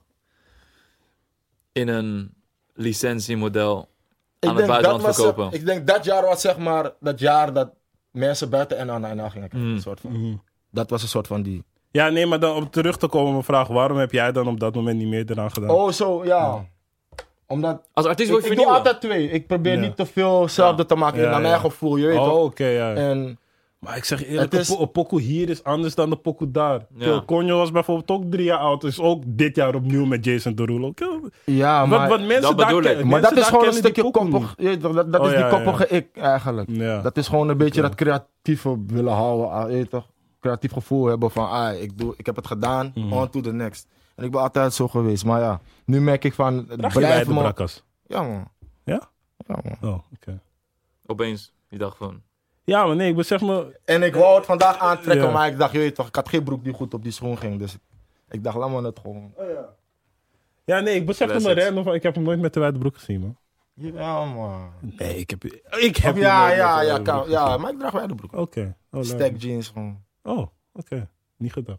in een licentiemodel Ik aan het denk, dat buitenland was, verkopen. ik denk dat jaar was zeg maar dat jaar dat mensen buiten en aan de N L gingen kijken. Mm. Een soort van. Mhm. Dat was een soort van die... Ja, nee, maar dan om terug te komen op mijn vraag. Waarom heb jij dan op dat moment niet meer eraan gedaan? Oh, zo, ja. Omdat... Als artiest Ik, wil je ik doe vernieuwen. altijd twee. Ik probeer Ja. niet te veel hetzelfde te maken Ja, naar ja. mijn gevoel, je weet Oh, toch? oké, ja. En Maar ik zeg je eerlijk, Het is- een, po- een pokoe hier is anders dan de pokoe daar. Ja. Conjo was bijvoorbeeld ook drie jaar oud. Is ook dit jaar opnieuw met Jason Derulo. ja, Wat, maar... wat mensen dat daar bedoel ik. kennen- Maar mensen dat is daar gewoon een kennen die stukje pokoe koppig. Je weet toch, Dat, dat Oh, is die ja, ja. koppige ik eigenlijk. niet. Ja. Dat is gewoon een beetje Oké. dat creatieve willen houden. ah, Je weet toch? Creatief gevoel hebben van, ah, ik, doe, ik heb het gedaan, Mhm. on to the next. En ik ben altijd zo geweest. Maar ja, nu merk ik van, het Draag je bij blijft de me... brakkas? Ja, man. Ja? Ja, man. Oh, oké. Opeens, je dacht van... Ja, maar nee, ik besef me... En ik wou het vandaag aantrekken, Ja. maar ik dacht, je weet toch, ik had geen broek die goed op die schoen ging. Dus ik dacht, laat me het gewoon. Ja, nee, ik besefte me Classics. random van... Ik heb hem nooit met de wijde broek gezien, man. Ja, man. Nee, ik heb... Ik heb Of hem ja, nooit met ja, de ja, wijde kan, broek ja, gezien. maar ik draag wijde broek. Oké. Oh, leuk. Stack jeans gewoon. Oh, oké. Niet gedacht.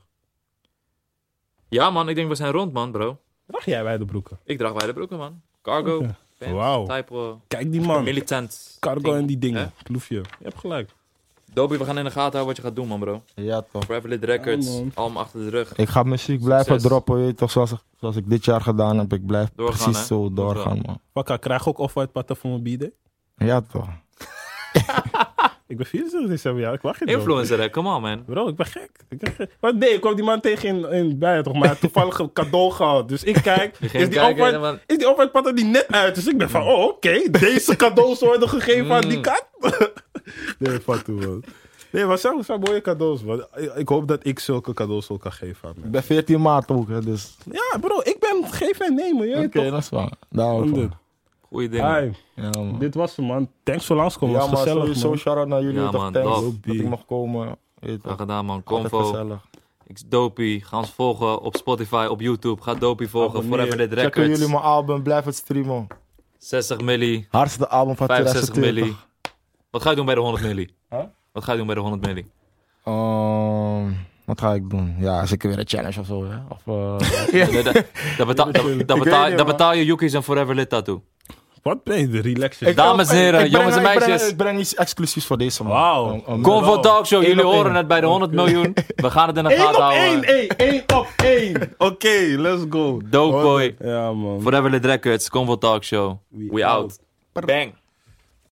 Ja man, ik denk we zijn rond man bro. Draag jij wijde broeken? Ik draag wijde broeken man. Cargo, Oké. pants, Wauw. type, uh, Kijk die man. militant. Cargo ding. en die dingen. Hè? Kloefje. Je hebt gelijk. Dobie, we gaan in de gaten houden wat je gaat doen man bro. Ja, toch. Forever Lit Records, Ja, man. allemaal achter de rug. Ik ga muziek blijven Succes. droppen, weet je toch, zoals, ik- zoals ik dit jaar gedaan heb. Ik blijf Doorgaan, precies hè? zo Moet doorgaan, man. Pakka, krijg ik ook off-white patten voor mijn bieden? Ja, toch. Ik ben vierentwintig december, ja. Ik wacht je bro. Influencer hè, come on man. Bro, ik ben gek. Ik ben gek. Maar nee, ik kwam die man tegen in, in bij toch, maar hij had toevallig een cadeau gehad. Dus ik kijk, Je is ging die kijken off-white en dan- is die off-white patten die net uit. Dus ik ben van, oh oké, deze cadeaus worden gegeven aan die Mm. kat. Nee, van toe man. Nee, maar zo zijn mooie cadeaus man. Ik, ik hoop dat ik zulke cadeaus ook kan geven aan Ik mensen. ben veertien maart ook, hè, dus... Ja bro, ik ben geven en nemen, je Oké, weet toch? dat is waar. Daar hou ik Dit. van. Goeie dingen. Hi, Ja, man. dit was hem man. Thanks voor langskomen, Ja, was maar gezellig sowieso man. shout-out naar jullie, Ja, toch, man, thanks dag. dat ik mag komen. Weet je Graag toch. gedaan man. Altijd Convo, gezellig. X Dopey. Ga ons volgen op Spotify, op YouTube. Ga Dopey volgen. Abonneer. Forever Lit Checken Records. jullie mijn album, blijf het streamen. zestig milli, Hardste album van vijfenzestig twintig milli. twintig. Wat ga je doen bij de honderd milli? Huh? Wat ga je doen bij de honderd milli? Ehm, wat ga ik doen? Ja, zeker weer een challenge of zo, hè? Of, eh, Dat betaal, dat, dat, dat, weet betaal, niet, dat man. betaal je Yuki's en Forever Lit tattoo. Wat ben je, relax. Ik- Dames en ik- heren, ik breng- jongens en ik breng- meisjes. Ik breng iets exclusiefs voor deze man. Wauw. Een- een- Convo Bro. Talkshow, Eén jullie op horen één. het bij de honderd miljoen. We gaan het in de Eén gaten op één, houden. één, één op één. Oké, let's go. Dope boy. Ja, man. Forever Lit Records, Convo Talkshow. We We out. out. Bang.